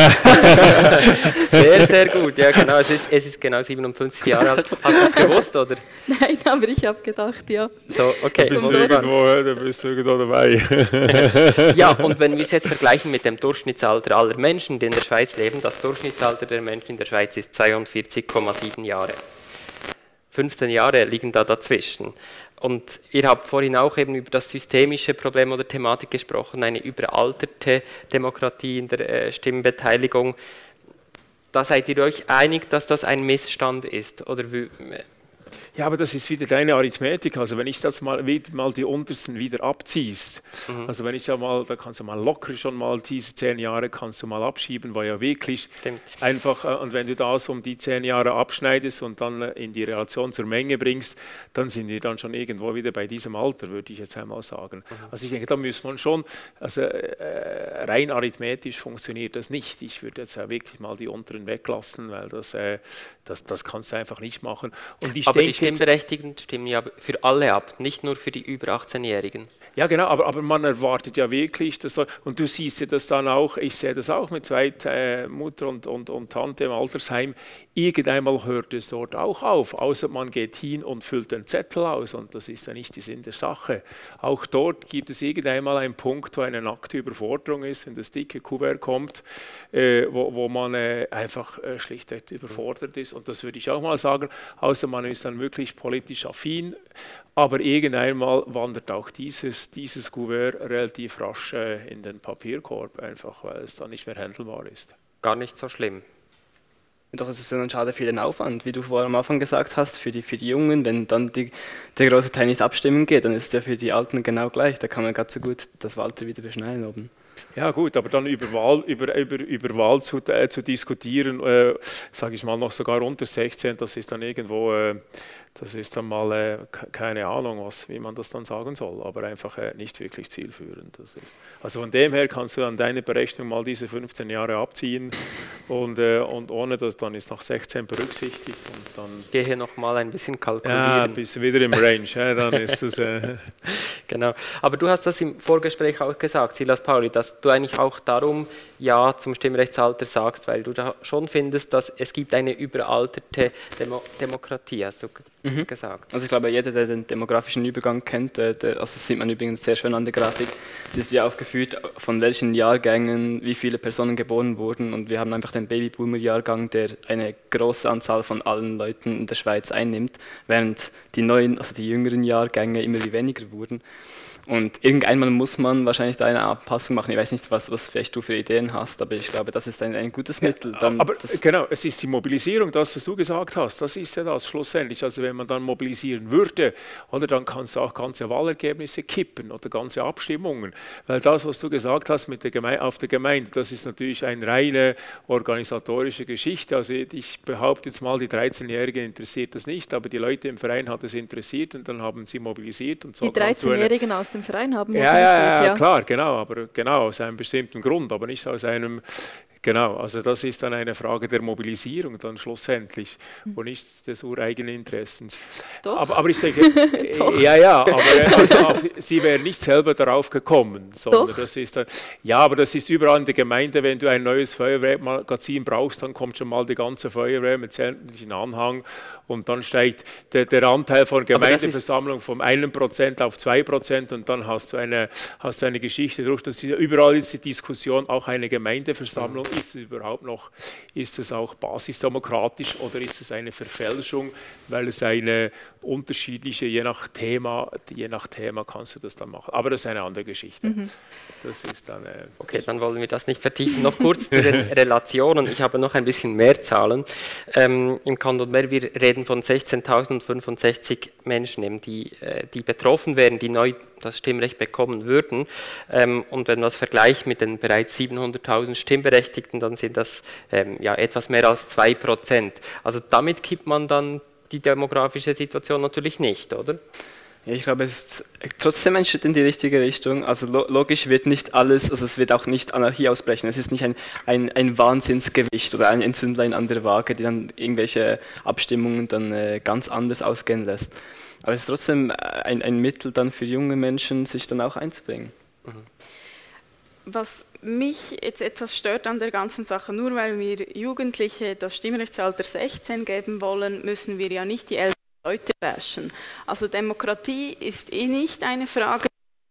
Sehr, sehr gut. Ja, genau. Es ist, es ist genau siebenundfünfzig Jahre alt. Hast du es gewusst, oder? Nein, aber ich habe gedacht, ja. So, okay. Da bist, du irgendwo, da bist du irgendwo dabei. Ja, und wenn wir es jetzt vergleichen mit dem Durchschnittsalter aller Menschen, die in der Schweiz leben, das Durchschnittsalter der Menschen in der Schweiz ist zweiundvierzig Komma sieben Jahre. fünfzehn Jahre liegen da dazwischen. Und ihr habt vorhin auch eben über das systemische Problem oder Thematik gesprochen, eine überalterte Demokratie in der äh, Stimmenbeteiligung. Da seid ihr euch einig, dass das ein Missstand ist? Oder wie, Ja, aber das ist wieder deine Arithmetik. Also wenn ich das mal, mal die untersten wieder abziehst, mhm. also wenn ich ja mal, da kannst du mal locker schon mal diese zehn Jahre kannst du mal abschieben, war ja wirklich Stimmt. einfach. Und wenn du das um die zehn Jahre abschneidest und dann in die Relation zur Menge bringst, dann sind wir dann schon irgendwo wieder bei diesem Alter, würde ich jetzt einmal sagen. Mhm. Also ich denke, da muss man schon, also äh, rein arithmetisch funktioniert das nicht. Ich würde jetzt ja wirklich mal die unteren weglassen, weil das, äh, das, das kannst du einfach nicht machen. Und ich Aber denke, die Stimmberechtigten stimmen ja für alle ab, nicht nur für die über achtzehnjährigen. Ja, genau, aber, aber man erwartet ja wirklich, dass, und du siehst ja das dann auch, ich sehe das auch mit zwei äh, Mutter und, und, und Tante im Altersheim, irgendeinmal hört es dort auch auf, außer man geht hin und füllt den Zettel aus und das ist ja nicht die Sinn der Sache. Auch dort gibt es irgendeinmal einen Punkt, wo eine nackte Überforderung ist, wenn das dicke Kuvert kommt, äh, wo, wo man äh, einfach äh, schlichtweg überfordert ist und das würde ich auch mal sagen, außer man ist dann wirklich politisch affin, aber irgendeinmal wandert auch dieses, dieses Kuvert relativ rasch äh, in den Papierkorb, einfach weil es dann nicht mehr handelbar ist. Gar nicht so schlimm. Doch es ist dann schade für den Aufwand, wie du vorher am Anfang gesagt hast, für die, für die Jungen, wenn dann die, der große Teil nicht abstimmen geht, dann ist es ja für die Alten genau gleich, da kann man ganz so gut das Alter wieder beschneiden oben. Ja gut, aber dann über Wahl, über, über, über Wahl zu, äh, zu diskutieren, äh, sage ich mal noch sogar unter sechzehn, das ist dann irgendwo, äh, das ist dann mal äh, keine Ahnung, was, wie man das dann sagen soll, aber einfach äh, nicht wirklich zielführend. Das ist. Also von dem her kannst du an deine Berechnung mal diese fünfzehn Jahre abziehen und, äh, und ohne das, dann ist noch sechzehn berücksichtigt und dann... Ich gehe hier nochmal ein bisschen kalkulieren. Ja, bist du wieder im Range, ja, dann ist das... Äh, Genau, aber du hast das im Vorgespräch auch gesagt, Silas Pauli, dass du eigentlich auch darum Ja zum Stimmrechtsalter sagst, weil du da schon findest, dass es gibt eine überalterte Demo Demokratie, hast du mhm. gesagt. Also ich glaube, jeder, der den demografischen Übergang kennt, der, der, also das sieht man übrigens sehr schön an der Grafik, das ist wie aufgeführt, von welchen Jahrgängen wie viele Personen geboren wurden und wir haben einfach den Babyboomer-Jahrgang, der eine große Anzahl von allen Leuten in der Schweiz einnimmt, während die neuen, also die jüngeren Jahrgänge immer wie weniger wurden. Und irgendeinmal muss man wahrscheinlich da eine Anpassung machen. Ich weiß nicht, was, was vielleicht du für Ideen hast, aber ich glaube, das ist ein, ein gutes Mittel. Dann aber genau, es ist die Mobilisierung, das, was du gesagt hast, das ist ja das schlussendlich. Also wenn man dann mobilisieren würde, oder dann kannst du auch ganze Wahlergebnisse kippen oder ganze Abstimmungen. Weil das, was du gesagt hast mit der Geme- auf der Gemeinde, das ist natürlich eine reine organisatorische Geschichte. Also ich behaupte jetzt mal, die dreizehnjährigen interessiert das nicht, aber die Leute im Verein hat es interessiert und dann haben sie mobilisiert. Und so die dreizehnjährigen aus dem Verein haben. Ja, ja, ja, klar, genau, aber genau aus einem bestimmten Grund, aber nicht aus einem, genau, also das ist dann eine Frage der Mobilisierung dann schlussendlich und nicht des ureigenen Interessens. Doch. Aber, aber ich denke, ja, ja, aber also auf, sie wären nicht selber darauf gekommen, sondern Doch. das ist dann, ja, aber das ist überall in der Gemeinde, wenn du ein neues Feuerwehrmagazin brauchst, dann kommt schon mal die ganze Feuerwehr mit sämtlichen Anhang und dann steigt der, der Anteil von Gemeindeversammlung vom einen Prozent auf zwei Prozent und dann hast du eine, hast du eine Geschichte durch. Das ist, überall ist die Diskussion auch eine Gemeindeversammlung. Ist es überhaupt noch, ist es auch basisdemokratisch oder ist es eine Verfälschung, weil es eine unterschiedliche, je nach Thema, je nach Thema kannst du das dann machen. Aber das ist eine andere Geschichte. Mhm. Das ist dann, äh, okay, dann wollen wir das nicht vertiefen. Noch kurz zu den Relationen. Ich habe noch ein bisschen mehr Zahlen. Ähm, Im Kanton Bern, wir reden von sechzehntausendfünfundsechzig Menschen, die, die betroffen wären, die neu das Stimmrecht bekommen würden. Ähm, und wenn man das vergleicht mit den bereits siebenhunderttausend Stimmberechtigten, dann sind das ähm, ja, etwas mehr als zwei Prozent. Also damit kippt man dann die demografische Situation natürlich nicht, oder? Ja, ich glaube, es ist trotzdem ein Schritt in die richtige Richtung. Also lo logisch wird nicht alles, also es wird auch nicht Anarchie ausbrechen. Es ist nicht ein, ein, ein Wahnsinnsgewicht oder ein Entzündlein an der Waage, die dann irgendwelche Abstimmungen dann äh, ganz anders ausgehen lässt. Aber es ist trotzdem ein, ein Mittel dann für junge Menschen, sich dann auch einzubringen. Mhm. Was mich jetzt etwas stört an der ganzen Sache, nur weil wir Jugendliche das Stimmrechtsalter sechzehn geben wollen, müssen wir ja nicht die älteren Leute bashen. Also Demokratie ist eh nicht eine Frage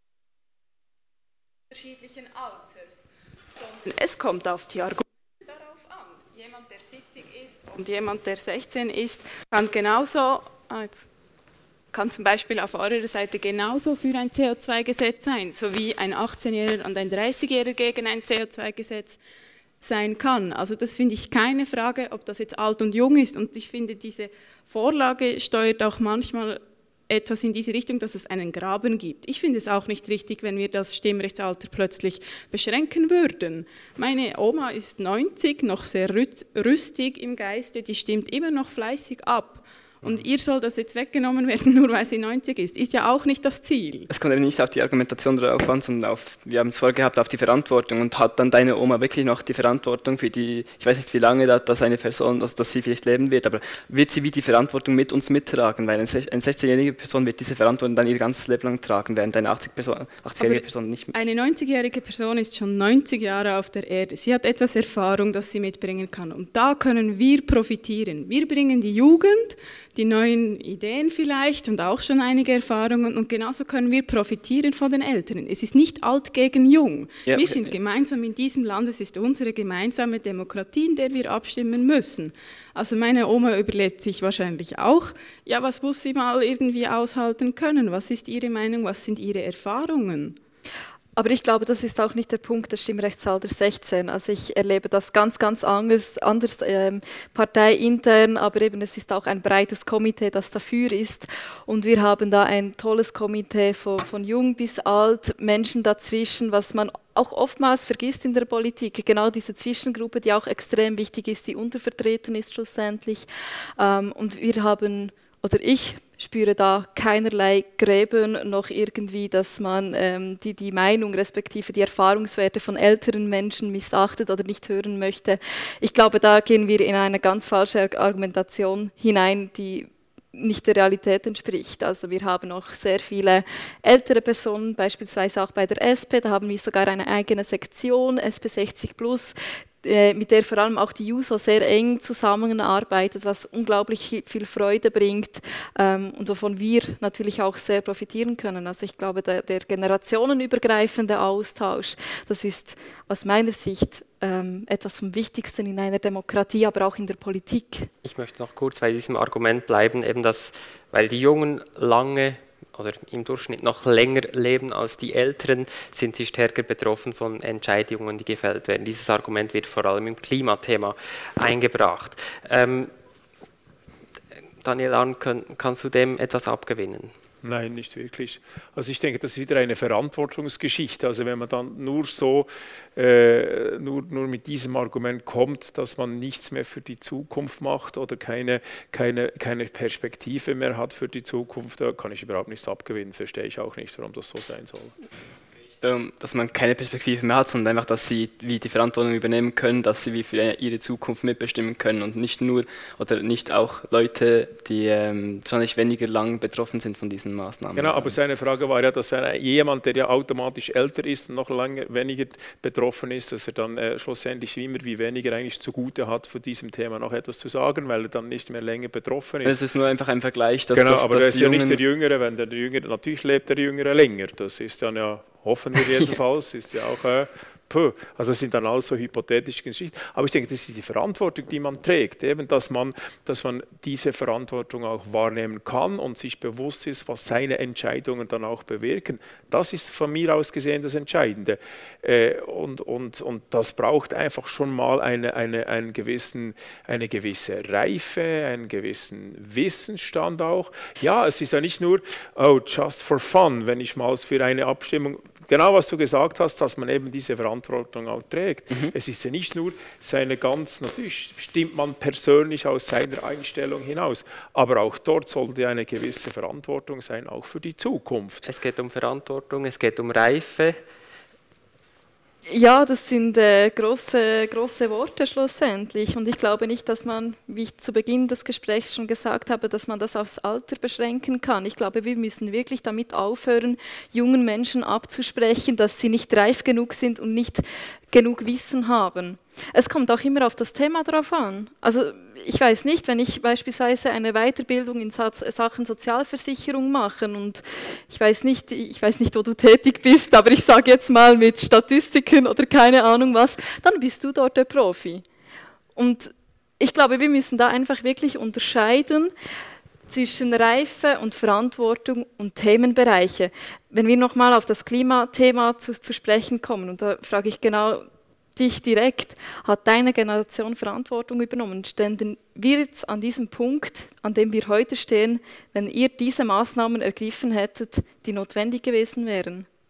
unterschiedlichen Alters, sondern es kommt auf die Argumente darauf an. Jemand, der siebzig ist und jemand, der sechzehn ist, kann genauso, ah, jetzt, kann zum Beispiel auf eurer Seite genauso für ein C O zwei Gesetz sein, sowie ein achtzehnjähriger und ein dreißigjähriger gegen ein C O zwei Gesetz sein kann. Also das finde ich keine Frage, ob das jetzt alt und jung ist. Und ich finde, diese Vorlage steuert auch manchmal etwas in diese Richtung, dass es einen Graben gibt. Ich finde es auch nicht richtig, wenn wir das Stimmrechtsalter plötzlich beschränken würden. Meine Oma ist neunzig, noch sehr rüstig im Geiste, die stimmt immer noch fleißig ab. Und ihr soll das jetzt weggenommen werden, nur weil sie neunzig ist, ist ja auch nicht das Ziel. Es kommt eben nicht auf die Argumentation drauf an, sondern auf, wir haben es vorher gehabt, auf die Verantwortung. Und hat dann deine Oma wirklich noch die Verantwortung für die, ich weiß nicht, wie lange da, dass eine Person, also dass sie vielleicht leben wird, aber wird sie wie die Verantwortung mit uns mittragen? Weil eine sechzehnjährige Person wird diese Verantwortung dann ihr ganzes Leben lang tragen, während eine achtzigjährige Person nicht mehr. Eine neunzigjährige Person ist schon neunzig Jahre auf der Erde. Sie hat etwas Erfahrung, das sie mitbringen kann. Und da können wir profitieren. Wir bringen die Jugend, die neuen Ideen vielleicht und auch schon einige Erfahrungen und genauso können wir profitieren von den Älteren. Es ist nicht alt gegen jung. Ja, wir sind gemeinsam in diesem Land, es ist unsere gemeinsame Demokratie, in der wir abstimmen müssen. Also meine Oma überlegt sich wahrscheinlich auch, ja, was muss sie mal irgendwie aushalten können? Was ist ihre Meinung, was sind ihre Erfahrungen? Aber ich glaube, das ist auch nicht der Punkt des Stimmrechtsalters sechzehn. Also ich erlebe das ganz, ganz anders, anders ähm, parteiintern, aber eben es ist auch ein breites Komitee, das dafür ist. Und wir haben da ein tolles Komitee von, von jung bis alt, Menschen dazwischen, was man auch oftmals vergisst in der Politik. Genau diese Zwischengruppe, die auch extrem wichtig ist, die untervertreten ist schlussendlich. Ähm, und wir haben, oder ich spüre da keinerlei Gräben noch irgendwie, dass man ähm, die, die Meinung respektive die Erfahrungswerte von älteren Menschen missachtet oder nicht hören möchte. Ich glaube, da gehen wir in eine ganz falsche Argumentation hinein, die nicht der Realität entspricht. Also wir haben auch sehr viele ältere Personen, beispielsweise auch bei der S P, da haben wir sogar eine eigene Sektion, S P sechzig plus, mit der vor allem auch die Juso sehr eng zusammenarbeitet, was unglaublich viel Freude bringt ähm, und wovon wir natürlich auch sehr profitieren können. Also ich glaube, der, der generationenübergreifende Austausch, das ist aus meiner Sicht ähm, etwas vom Wichtigsten in einer Demokratie, aber auch in der Politik. Ich möchte noch kurz bei diesem Argument bleiben, eben dass, weil die Jungen lange oder im Durchschnitt noch länger leben als die Älteren, sind sie stärker betroffen von Entscheidungen, die gefällt werden. Dieses Argument wird vor allem im Klimathema eingebracht. Ähm, Daniel Arndt, kann, kannst du dem etwas abgewinnen? Nein, nicht wirklich. Also ich denke, das ist wieder eine Verantwortungsgeschichte. Also wenn man dann nur so, äh, nur, nur mit diesem Argument kommt, dass man nichts mehr für die Zukunft macht oder keine, keine, keine Perspektive mehr hat für die Zukunft, da kann ich überhaupt nichts abgewinnen. Verstehe ich auch nicht, warum das so sein soll. Dass man keine Perspektive mehr hat, sondern einfach, dass sie wie die Verantwortung übernehmen können, dass sie wie für ihre Zukunft mitbestimmen können und nicht nur oder nicht auch Leute, die ähm, wahrscheinlich weniger lang betroffen sind von diesen Maßnahmen. Genau, aber seine Frage war ja, dass er, jemand, der ja automatisch älter ist und noch lange weniger betroffen ist, dass er dann äh, schlussendlich immer wie weniger eigentlich zugute hat, für diesem Thema noch etwas zu sagen, weil er dann nicht mehr länger betroffen ist. Es ist nur einfach ein Vergleich. Dass, genau, dass, aber dass der ist ja Jungen nicht der Jüngere, wenn der Jüngere, natürlich lebt der Jüngere länger, das ist dann ja, hoffen wir jedenfalls, ist ja auch, äh, puh, also das sind dann alles so hypothetische Geschichten. Aber ich denke, das ist die Verantwortung, die man trägt, eben, dass man, dass man diese Verantwortung auch wahrnehmen kann und sich bewusst ist, was seine Entscheidungen dann auch bewirken. Das ist von mir aus gesehen das Entscheidende. Äh, und, und, und das braucht einfach schon mal eine, eine, einen gewissen, eine gewisse Reife, einen gewissen Wissensstand auch. Ja, es ist ja nicht nur, oh, just for fun, wenn ich mal für eine Abstimmung, genau was du gesagt hast, dass man eben diese Verantwortung auch trägt. Mhm. Es ist ja nicht nur seine ganz, natürlich stimmt man persönlich aus seiner Einstellung hinaus, aber auch dort sollte eine gewisse Verantwortung sein, auch für die Zukunft. Es geht um Verantwortung, es geht um Reife. Ja, das sind äh, große, große Worte schlussendlich und ich glaube nicht, dass man, wie ich zu Beginn des Gesprächs schon gesagt habe, dass man das aufs Alter beschränken kann. Ich glaube, wir müssen wirklich damit aufhören, jungen Menschen abzusprechen, dass sie nicht reif genug sind und nicht genug Wissen haben. Es kommt auch immer auf das Thema drauf an. Also ich weiß nicht, wenn ich beispielsweise eine Weiterbildung in Sachen Sozialversicherung mache und ich weiß nicht, ich weiß nicht, wo du tätig bist, aber ich sage jetzt mal mit Statistiken oder keine Ahnung was, dann bist du dort der Profi. Und ich glaube, wir müssen da einfach wirklich unterscheiden zwischen Reife und Verantwortung und Themenbereiche. Wenn wir nochmal auf das Klimathema zu, zu sprechen kommen, und da frage ich genau dich direkt, hat deine Generation Verantwortung übernommen? Ständen wir jetzt an diesem Punkt, an dem wir heute stehen, wenn ihr diese Maßnahmen ergriffen hättet, die notwendig gewesen wären?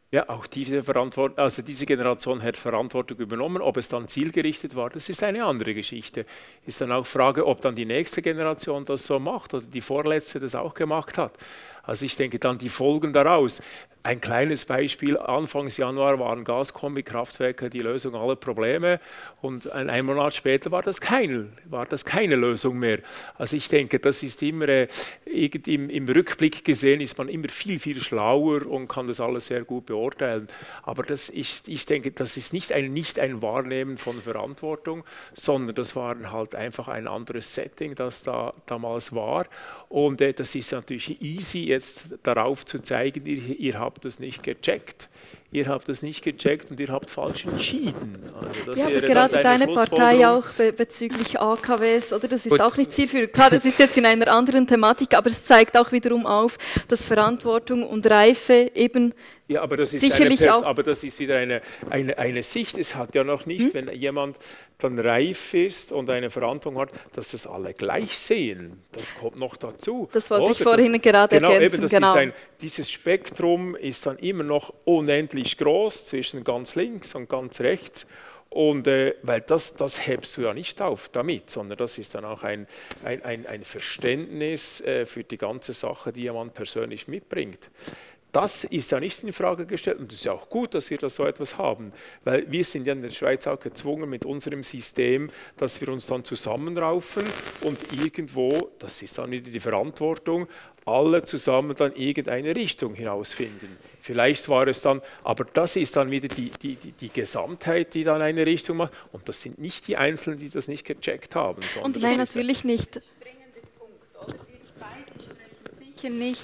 Ja, auch diese, Verantwort also diese Generation hat Verantwortung übernommen. Ob es dann zielgerichtet war, das ist eine andere Geschichte. Ist dann auch Frage, ob dann die nächste Generation das so macht oder die vorletzte das auch gemacht hat. Also ich denke dann die Folgen daraus. Ein kleines Beispiel, Anfangs Januar waren Gaskombi-Kraftwerke die Lösung aller Probleme und ein Monat später war das keine, war das keine Lösung mehr. Also ich denke, das ist immer, äh, im, im Rückblick gesehen ist man immer viel, viel schlauer und kann das alles sehr gut beurteilen. Aber das ist, ich denke, das ist nicht ein, nicht ein Wahrnehmen von Verantwortung, sondern das war halt einfach ein anderes Setting, das da damals war. Und äh, das ist natürlich easy, jetzt darauf zu zeigen, ihr, ihr habt das nicht gecheckt. Ihr habt das nicht gecheckt und ihr habt falsch entschieden. Also das ja, aber gerade deine Partei auch be bezüglich A K Ws, oder? Das ist Gut. auch nicht zielführend. Klar, das ist jetzt in einer anderen Thematik, aber es zeigt auch wiederum auf, dass Verantwortung und Reife eben ja, aber das ist sicherlich eine auch. Aber das ist wieder eine, eine, eine Sicht. Es hat ja noch nicht, hm? wenn jemand dann reif ist und eine Verantwortung hat, dass das alle gleich sehen. Das kommt noch dazu. Das wollte Oder? ich vorhin das, gerade genau, ergänzen. Eben, das genau. ist ein, dieses Spektrum ist dann immer noch unendlich groß zwischen ganz links und ganz rechts. Und äh, weil das, das hebst du ja nicht auf damit, sondern das ist dann auch ein, ein, ein, ein Verständnis äh, für die ganze Sache, die jemand persönlich mitbringt. Das ist ja nicht in Frage gestellt und es ist ja auch gut, dass wir das so etwas haben, weil wir sind ja in der Schweiz auch gezwungen mit unserem System, dass wir uns dann zusammenraufen und irgendwo, das ist dann wieder die Verantwortung, alle zusammen dann irgendeine Richtung hinausfinden. Vielleicht war es dann, aber das ist dann wieder die, die, die, die Gesamtheit, die dann eine Richtung macht und das sind nicht die Einzelnen, die das nicht gecheckt haben. Und nein, natürlich nicht. Der springende Punkt, oder? Wir beide sprechen sicher nicht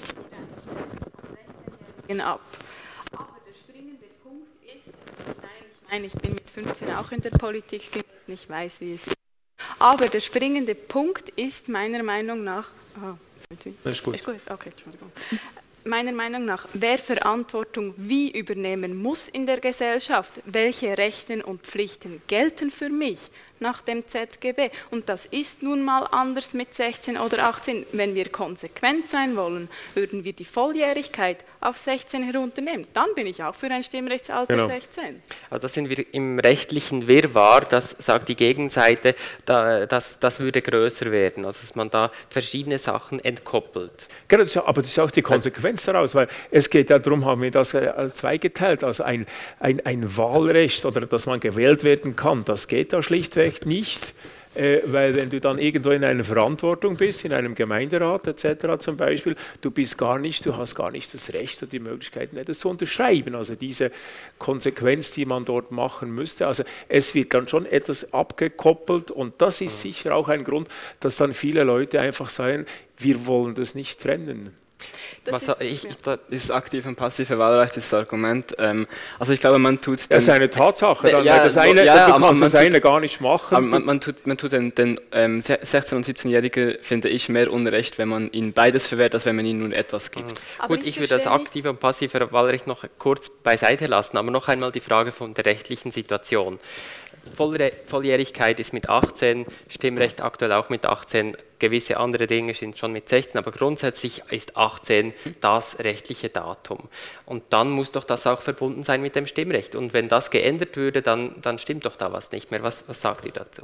ab. Aber der springende Punkt ist, nein, ich meine, ich bin mit fünfzehn auch in der Politik gewesen, ich weiß, wie es ist. Aber der springende Punkt ist meiner Meinung nach, oh, ist gut. Ist gut, okay, Entschuldigung. Meiner Meinung nach, wer Verantwortung wie übernehmen muss in der Gesellschaft, welche Rechte und Pflichten gelten für mich nach dem Z G B. Und das ist nun mal anders mit sechzehn oder achtzehn. Wenn wir konsequent sein wollen, würden wir die Volljährigkeit auf sechzehn herunternehmen. Dann bin ich auch für ein Stimmrechtsalter genau. sechzehn. Also da sind wir im rechtlichen Wirrwarr, das sagt die Gegenseite, da, das, das würde größer werden, also dass man da verschiedene Sachen entkoppelt. Genau, aber das ist auch die Konsequenz daraus, weil es geht ja darum, haben wir das zweigeteilt, also ein, ein, ein Wahlrecht oder dass man gewählt werden kann, das geht da schlichtweg nicht, äh, weil wenn du dann irgendwo in einer Verantwortung bist, in einem Gemeinderat et cetera zum Beispiel, du bist gar nicht, du hast gar nicht das Recht oder die Möglichkeit, das zu unterschreiben. Also diese Konsequenz, die man dort machen müsste, also es wird dann schon etwas abgekoppelt und das ist sicher auch ein Grund, dass dann viele Leute einfach sagen, wir wollen das nicht trennen. Das Was, ist, ich, ich, das ist aktiv und passive Wahlrecht, das Argument. Ähm, also ich glaube, man tut... Den, das ist eine Tatsache, dann, ja, das eine, ja, du kannst das tut, eine gar nicht machen. Man, man tut, man tut den, den ähm, sechzehn- und siebzehnjährigen, finde ich, mehr Unrecht, wenn man ihnen beides verwehrt, als wenn man ihnen nur etwas gibt. Mhm. Gut, ich, ich würde das aktive und passive Wahlrecht noch kurz beiseite lassen, aber noch einmal die Frage von der rechtlichen Situation. Volljährigkeit ist mit achtzehn, Stimmrecht aktuell auch mit achtzehn, gewisse andere Dinge sind schon mit sechzehn, aber grundsätzlich ist achtzehn das rechtliche Datum. Und dann muss doch das auch verbunden sein mit dem Stimmrecht. Und wenn das geändert würde, dann, dann stimmt doch da was nicht mehr. Was, was sagt ihr dazu?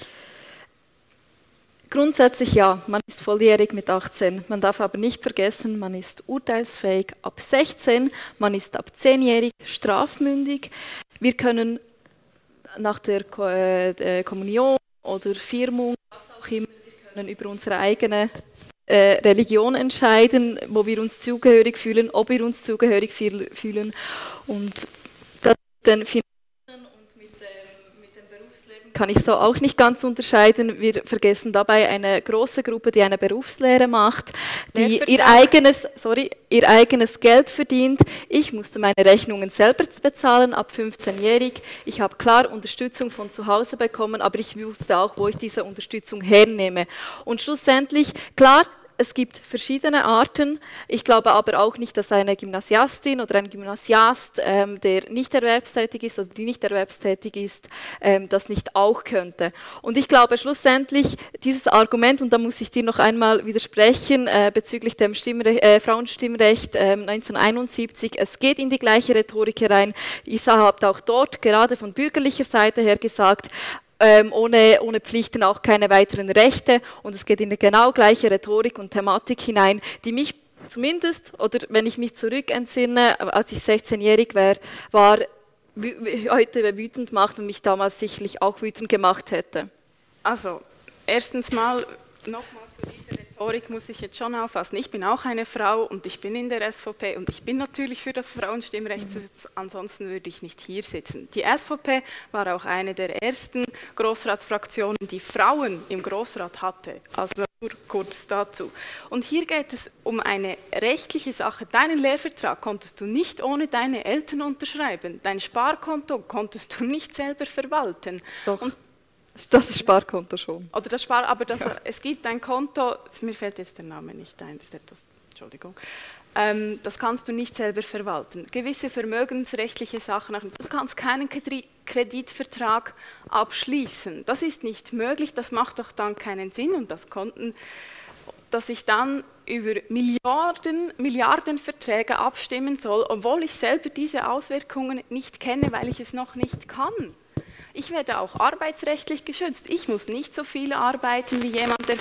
Grundsätzlich ja, man ist volljährig mit achtzehn. Man darf aber nicht vergessen, man ist urteilsfähig ab sechzehn, man ist ab zehnjährig strafmündig. Wir können nach der Ko äh, Kommunion oder Firmung, was auch immer, wir können über unsere eigene äh, Religion entscheiden, wo wir uns zugehörig fühlen, ob wir uns zugehörig fühlen. Und das mit den Finanzen und mit dem, mit dem Berufsleben kann ich so auch nicht ganz unterscheiden. Wir vergessen dabei eine große Gruppe, die eine Berufslehre macht, die ihr eigenes, sorry, ihr eigenes Geld verdient. Ich musste meine Rechnungen selber bezahlen, ab fünfzehnjährig. Ich habe klar Unterstützung von zu Hause bekommen, aber ich wusste auch, wo ich diese Unterstützung hernehme. Und schlussendlich, klar, es gibt verschiedene Arten. Ich glaube aber auch nicht, dass eine Gymnasiastin oder ein Gymnasiast, ähm, der nicht erwerbstätig ist oder die nicht erwerbstätig ist, ähm, das nicht auch könnte. Und ich glaube schlussendlich, dieses Argument, und da muss ich dir noch einmal widersprechen, äh, bezüglich dem Stimmre- äh, Frauenstimmrecht äh, neunzehnhunderteinundsiebzig, es geht in die gleiche Rhetorik herein. Isa hat auch dort gerade von bürgerlicher Seite her gesagt, Ähm, ohne, ohne Pflichten auch keine weiteren Rechte, und es geht in eine genau gleiche Rhetorik und Thematik hinein, die mich zumindest, oder wenn ich mich zurückentsinne, als ich sechzehnjährig wär, war, wü- heute wütend macht und mich damals sicherlich auch wütend gemacht hätte. Also, erstens mal, nochmal zu dieser Rhetorik muss ich jetzt schon aufpassen. Ich bin auch eine Frau und ich bin in der S V P und ich bin natürlich für das Frauenstimmrecht, mhm. ansonsten würde ich nicht hier sitzen. Die S V P war auch eine der ersten Grossratsfraktionen, die Frauen im Grossrat hatte. Also nur kurz dazu. Und hier geht es um eine rechtliche Sache. Deinen Lehrvertrag konntest du nicht ohne deine Eltern unterschreiben. Dein Sparkonto konntest du nicht selber verwalten. Doch. Und das Sparkonto schon. Oder das Spar, aber das, ja. Es gibt ein Konto, mir fällt jetzt der Name nicht ein, das ist etwas, Entschuldigung, ähm, das kannst du nicht selber verwalten. Gewisse vermögensrechtliche Sachen, du kannst keinen Kreditvertrag abschließen. Das ist nicht möglich, das macht doch dann keinen Sinn und das konnten, dass ich dann über Milliarden, Milliardenverträge abstimmen soll, obwohl ich selber diese Auswirkungen nicht kenne, weil ich es noch nicht kann. Ich werde auch arbeitsrechtlich geschützt. Ich muss nicht so viel arbeiten wie jemand, der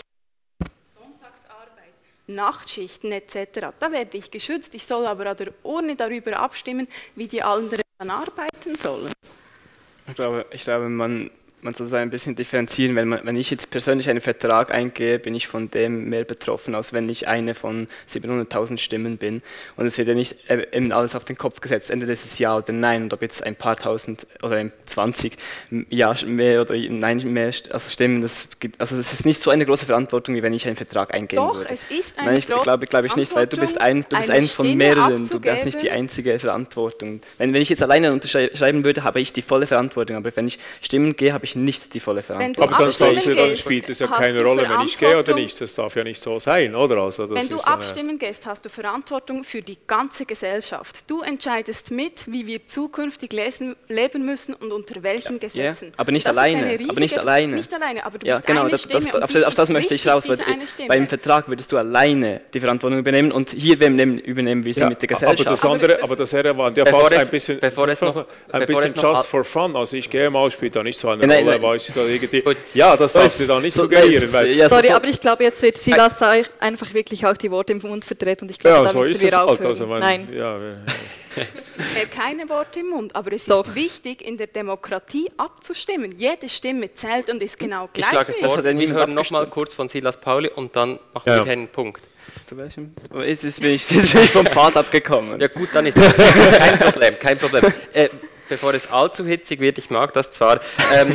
Sonntagsarbeit, Nachtschichten et cetera. Da werde ich geschützt. Ich soll aber an der Urne darüber abstimmen, wie die anderen dann arbeiten sollen. Ich glaube, ich glaube man, man soll es ein bisschen differenzieren. Wenn, man, wenn ich jetzt persönlich einen Vertrag eingehe, bin ich von dem mehr betroffen, als wenn ich eine von siebenhunderttausend Stimmen bin. Und es wird ja nicht eben alles auf den Kopf gesetzt, entweder ist es Ja oder Nein. Und ob jetzt ein paar Tausend oder zwanzig Ja mehr oder Nein mehr also Stimmen, das gibt, also es ist nicht so eine große Verantwortung, wie wenn ich einen Vertrag eingehen Doch, würde. Doch, es ist eine Nein, ich glaube, glaube ich nicht, weil du bist ein, du bist ein von mehreren, du hast nicht die einzige Verantwortung. Wenn, wenn ich jetzt alleine unterschreiben würde, habe ich die volle Verantwortung, aber wenn ich stimmen gehe, habe ich nicht die volle Verantwortung. Aber dann, sagst du, dann spielt es ja keine Rolle, wenn ich gehe oder nicht. Das darf ja nicht so sein, oder? Also das wenn du ist abstimmen gehst, hast du Verantwortung für die ganze Gesellschaft. Du entscheidest mit, wie wir zukünftig lesen, leben müssen und unter welchen ja, Gesetzen. Yeah, aber nicht das alleine. Aber nicht alleine. Nicht alleine, aber du ja, bist genau, eine das, Stimme. Das, auf, auf das möchte ich raus, weil beim Vertrag würdest du alleine die Verantwortung übernehmen und hier übernehmen, übernehmen wir sie ja, mit der Gesellschaft. Aber das andere, aber das andere war ja fast ein bisschen, bevor es noch, ein bisschen noch, just for fun. Also ich gehe mal, spielt da nicht so eine nein, Rolle, nein, weil ich da irgendwie, ja, das darfst du da nicht so, suggerieren. Weil ja, Sorry, so, aber ich glaube, jetzt wird Silas einfach wirklich auch die Worte im Mund verdreht und ich glaube, ja, da so müssen wir aufhören. Also mein, nein. Ja, ja. Ich habe keine Worte im Mund, aber es Doch. ist wichtig, in der Demokratie abzustimmen. Jede Stimme zählt und ist genau gleich. Ich schlage vor, wir hören nochmal kurz von Silas Pauli und dann machen ja. wir einen Punkt. Zu welchem? Jetzt, ist, bin, ich, jetzt bin ich vom Pfad abgekommen. Ja gut, dann ist das kein Problem, kein Problem. Äh, Bevor es allzu hitzig wird, ich mag das zwar, ähm,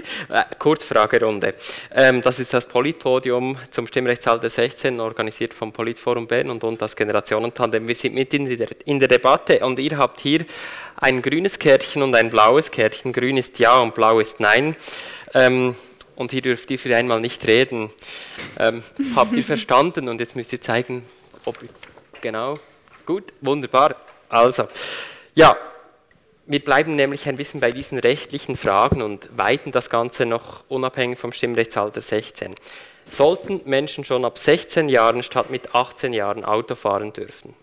Kurzfragerunde. Ähm, das ist das Politpodium zum Stimmrechtsalter sechzehn, organisiert vom Politforum Bern und, und das Generationentandem. Wir sind mit in der, in der Debatte und ihr habt hier ein grünes Kärtchen und ein blaues Kärtchen. Grün ist Ja und Blau ist Nein. Ähm, und hier dürft ihr für einmal nicht reden. Ähm, habt ihr verstanden? Und jetzt müsst ihr zeigen, ob... Genau, gut, wunderbar. Also, ja... Wir bleiben nämlich ein bisschen bei diesen rechtlichen Fragen und weiten das Ganze noch unabhängig vom Stimmrechtsalter sechzehn. Sollten Menschen schon ab sechzehn Jahren statt mit achtzehn Jahren Auto fahren dürfen?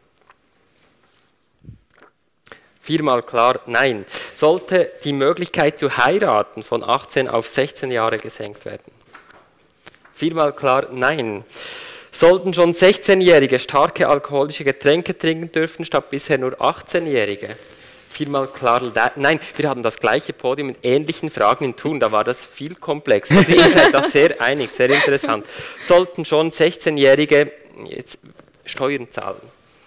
Viermal klar, nein. Sollte die Möglichkeit zu heiraten von achtzehn auf sechzehn Jahre gesenkt werden? Viermal klar, nein. Sollten schon sechzehnjährige starke alkoholische Getränke trinken dürfen statt bisher nur achtzehnjährige? Viermal klar, nein, wir hatten das gleiche Podium mit ähnlichen Fragen in Thun, da war das viel komplexer. Also ihr seid da sehr einig, sehr interessant. Sollten schon sechzehnjährige jetzt Steuern zahlen?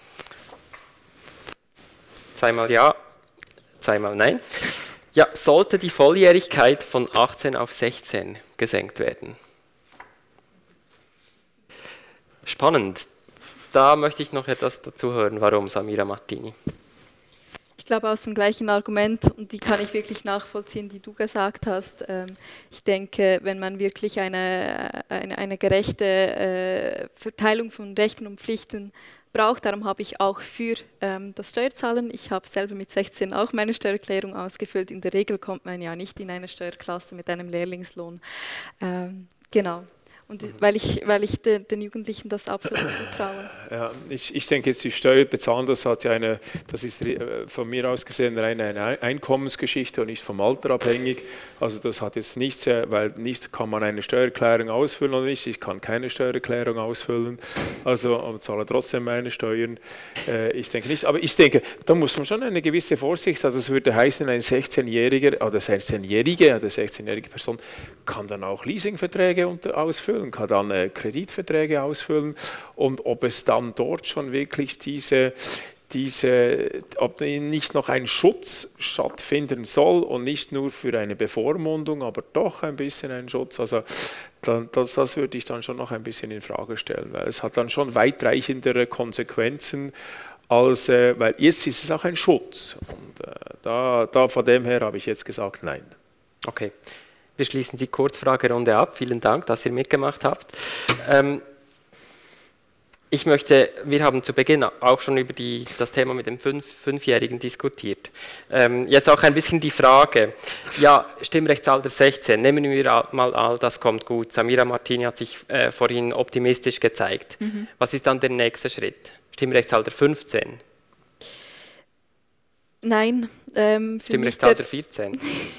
Zweimal ja, zweimal nein. Ja, sollte die Volljährigkeit von achtzehn auf sechzehn gesenkt werden? Spannend. Da möchte ich noch etwas dazu hören. Warum, Samira Martini? Ich glaube aus dem gleichen Argument, und die kann ich wirklich nachvollziehen, die du gesagt hast. Ähm, ich denke, wenn man wirklich eine, eine, eine gerechte äh, Verteilung von Rechten und Pflichten braucht, darum habe ich auch für ähm, das Steuerzahlen, ich habe selber mit sechzehn auch meine Steuererklärung ausgefüllt. In der Regel kommt man ja nicht in eine Steuerklasse mit einem Lehrlingslohn. Ähm, genau. Und weil ich, weil ich den, den Jugendlichen das absolut zutraue. Ja, ich, ich denke jetzt, die Steuer bezahlen, das hat ja eine, das ist von mir aus gesehen rein eine Einkommensgeschichte und nicht vom Alter abhängig. Also das hat jetzt nichts, weil nicht kann man eine Steuererklärung ausfüllen oder nicht. Ich kann keine Steuererklärung ausfüllen, also aber zahle trotzdem meine Steuern. Ich denke nicht, aber ich denke, da muss man schon eine gewisse Vorsicht. Also das würde heißen, ein sechzehnjähriger oder sechzehnjährige oder sechzehnjährige Person kann dann auch Leasingverträge ausfüllen, kann dann äh, Kreditverträge ausfüllen und ob es dann dort schon wirklich diese, diese, ob nicht noch ein Schutz stattfinden soll und nicht nur für eine Bevormundung, aber doch ein bisschen ein Schutz, also dann, das, das würde ich dann schon noch ein bisschen in Frage stellen, weil es hat dann schon weitreichendere Konsequenzen, als, äh, weil jetzt ist es auch ein Schutz und äh, da, da von dem her habe ich jetzt gesagt, nein. Okay. Wir schließen die Kurzfragerunde ab. Vielen Dank, dass ihr mitgemacht habt. Ähm, ich möchte, wir haben zu Beginn auch schon über die, das Thema mit dem Fünf, Fünfjährigen diskutiert. Ähm, jetzt auch ein bisschen die Frage, ja, Stimmrechtsalter sechzehn, nehmen wir mal an, das kommt gut. Samira Martini hat sich äh, vorhin optimistisch gezeigt. Mhm. Was ist dann der nächste Schritt? Stimmrechtsalter fünfzehn? Nein. Ähm, für Stimmrechtsalter vierzehn?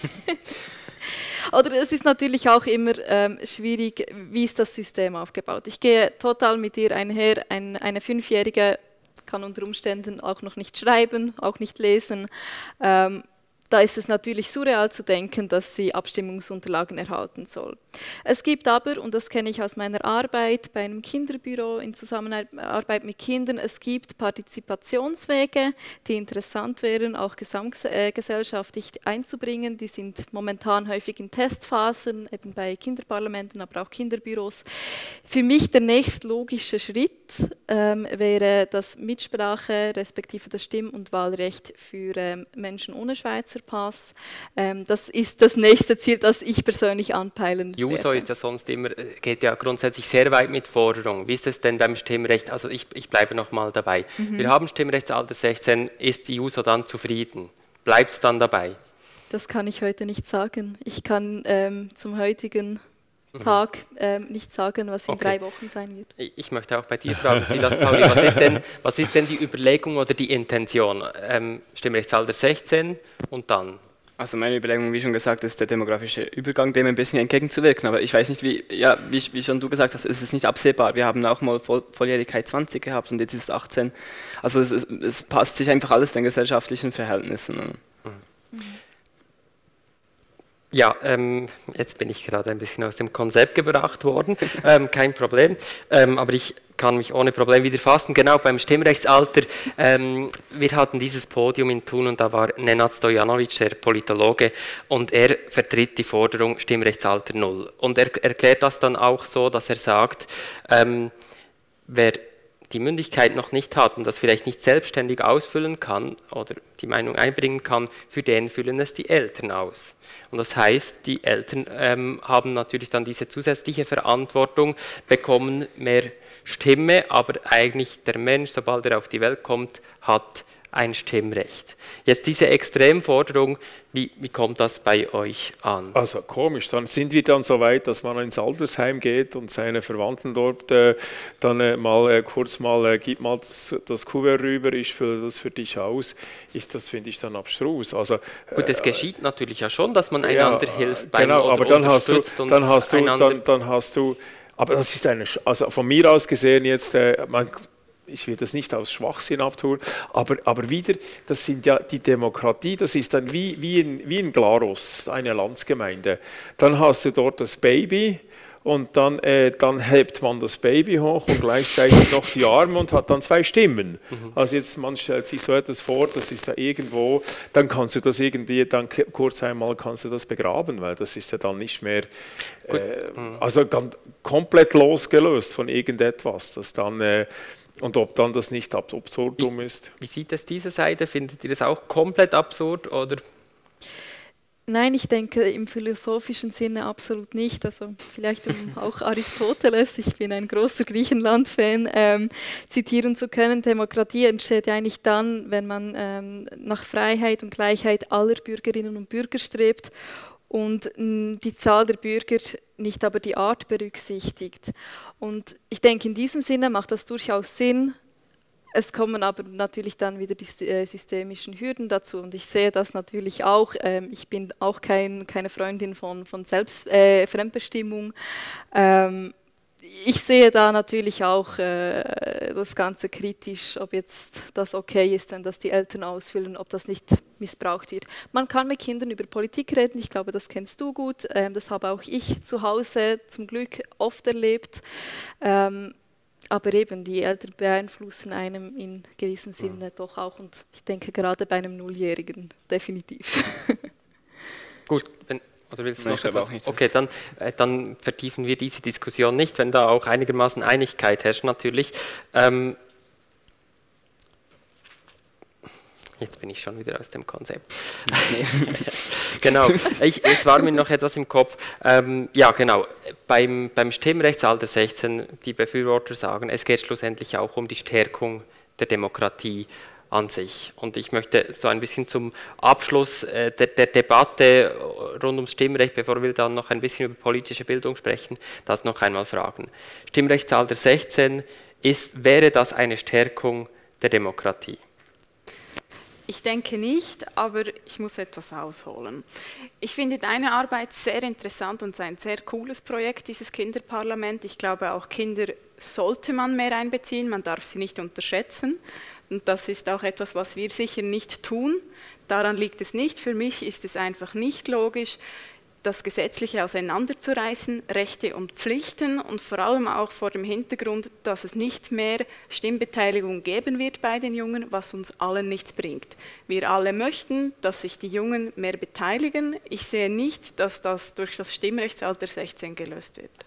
Oder es ist natürlich auch immer ähm, schwierig, wie ist das System aufgebaut. Ich gehe total mit dir einher, ein, eine Fünfjährige kann unter Umständen auch noch nicht schreiben, auch nicht lesen. Ähm, da ist es natürlich surreal zu denken, dass sie Abstimmungsunterlagen erhalten soll. Es gibt aber, und das kenne ich aus meiner Arbeit bei einem Kinderbüro in Zusammenarbeit mit Kindern, es gibt Partizipationswege, die interessant wären, auch gesamtgesellschaftlich einzubringen. Die sind momentan häufig in Testphasen, eben bei Kinderparlamenten, aber auch Kinderbüros. Für mich der nächstlogische Schritt ähm, wäre das Mitsprache, respektive das Stimm- und Wahlrecht für ähm, Menschen ohne Schweizer Pass. Ähm, das ist das nächste Ziel, das ich persönlich anpeilen werde. Juso ist ja sonst immer, geht ja grundsätzlich sehr weit mit Forderungen. Wie ist es denn beim Stimmrecht? Also ich, ich bleibe nochmal dabei. Mhm. Wir haben Stimmrechtsalter sechzehn, ist die Juso dann zufrieden? Bleibt es dann dabei? Das kann ich heute nicht sagen. Ich kann ähm, zum heutigen Tag ähm, nicht sagen, was in okay. drei Wochen sein wird. Ich möchte auch bei dir fragen, Silas Pauli, was ist denn, was ist denn die Überlegung oder die Intention? Ähm, Stimmrechtsalter sechzehn und dann? Also meine Überlegung, wie schon gesagt, ist der demografische Übergang, dem ein bisschen entgegenzuwirken. Aber ich weiß nicht, wie, ja, wie, wie schon du gesagt hast, ist es nicht absehbar. Wir haben auch mal Voll, Volljährigkeit zwanzig gehabt und jetzt ist es achtzehn. Also es, es, es passt sich einfach alles den gesellschaftlichen Verhältnissen an. Mhm. Ja, ähm, jetzt bin ich gerade ein bisschen aus dem Konzept gebracht worden, ähm, kein Problem, ähm, aber ich kann mich ohne Problem wieder fassen. Genau, beim Stimmrechtsalter, ähm, wir hatten dieses Podium in Thun und da war Nenad Stojanovic, der Politologe, und er vertritt die Forderung Stimmrechtsalter null. Und er erklärt das dann auch so, dass er sagt, ähm, wer die Mündigkeit noch nicht hat und das vielleicht nicht selbstständig ausfüllen kann oder die Meinung einbringen kann, für den füllen es die Eltern aus. Und das heißt, die Eltern ähm, haben natürlich dann diese zusätzliche Verantwortung, bekommen mehr Stimme, aber eigentlich der Mensch, sobald er auf die Welt kommt, hat ein Stimmrecht. Jetzt diese Extremforderung, wie, wie kommt das bei euch an? Also komisch, dann sind wir dann so weit, dass man ins Altersheim geht und seine Verwandten dort äh, dann äh, mal äh, kurz mal, äh, gib mal das, das Kuvert rüber, ich fülle das für dich aus. Ich, das finde ich dann abstrus. Also, Gut, es äh, geschieht natürlich ja schon, dass man einander ja, hilft beim genau, oder aber dann hast du, dann hast du, dann, dann hast du, aber das ist eine, also von mir aus gesehen jetzt, äh, man, ich will das nicht aus Schwachsinn abtun, aber, aber wieder, das sind ja die Demokratie, das ist dann wie, wie, in, wie in Glarus, eine Landsgemeinde. Dann hast du dort das Baby und dann, äh, dann hebt man das Baby hoch und gleichzeitig noch die Arme und hat dann zwei Stimmen. Mhm. Also jetzt, man stellt sich so etwas vor, das ist da irgendwo, dann kannst du das irgendwie, dann kurz einmal kannst du das begraben, weil das ist ja dann nicht mehr, äh, mhm. also ganz, komplett losgelöst von irgendetwas, das dann... Äh, Und ob dann das nicht absurdum ist. Wie sieht es diese Seite? Findet ihr das auch komplett absurd? Oder? Nein, ich denke im philosophischen Sinne absolut nicht. Also vielleicht um auch Aristoteles, ich bin ein großer Griechenland-Fan, ähm, zitieren zu können. Demokratie entsteht ja eigentlich dann, wenn man ähm, nach Freiheit und Gleichheit aller Bürgerinnen und Bürger strebt und mh, die Zahl der Bürger nicht aber die Art berücksichtigt. Und ich denke, in diesem Sinne macht das durchaus Sinn. Es kommen aber natürlich dann wieder die äh, systemischen Hürden dazu und ich sehe das natürlich auch. Ähm, ich bin auch kein, keine Freundin von, von Selbst, äh, Fremdbestimmung. Ähm, ich sehe da natürlich auch äh, das Ganze kritisch, ob jetzt das okay ist, wenn das die Eltern ausfüllen, ob das nicht missbraucht wird. Man kann mit Kindern über Politik reden, ich glaube, das kennst du gut. Ähm, das habe auch ich zu Hause zum Glück oft erlebt. Ähm, aber eben, die Eltern beeinflussen einem in gewissem Sinne doch auch und ich denke gerade bei einem Nulljährigen definitiv. Gut, wenn Oder willst du Nein, noch etwas? auch nicht. Okay, dann, äh, dann vertiefen wir diese Diskussion nicht, wenn da auch einigermaßen Einigkeit herrscht natürlich. Ähm, jetzt bin ich schon wieder aus dem Konzept. Genau, ich, es war mir noch etwas im Kopf. Ähm, ja, genau, beim, beim Stimmrechtsalter sechzehn, die Befürworter sagen, es geht schlussendlich auch um die Stärkung der Demokratie an sich. Und ich möchte so ein bisschen zum Abschluss äh, der, der Debatte rund ums Stimmrecht, bevor wir dann noch ein bisschen über politische Bildung sprechen, das noch einmal fragen. Stimmrechtsalter sechzehn, ist, wäre das eine Stärkung der Demokratie? Ich denke nicht, aber ich muss etwas ausholen. Ich finde deine Arbeit sehr interessant und ein sehr cooles Projekt, dieses Kinderparlament. Ich glaube, auch Kinder sollte man mehr einbeziehen, man darf sie nicht unterschätzen. Und das ist auch etwas, was wir sicher nicht tun. Daran liegt es nicht. Für mich ist es einfach nicht logisch, das Gesetzliche auseinanderzureißen, Rechte und Pflichten und vor allem auch vor dem Hintergrund, dass es nicht mehr Stimmbeteiligung geben wird bei den Jungen, was uns allen nichts bringt. Wir alle möchten, dass sich die Jungen mehr beteiligen. Ich sehe nicht, dass das durch das Stimmrechtsalter sechzehn gelöst wird.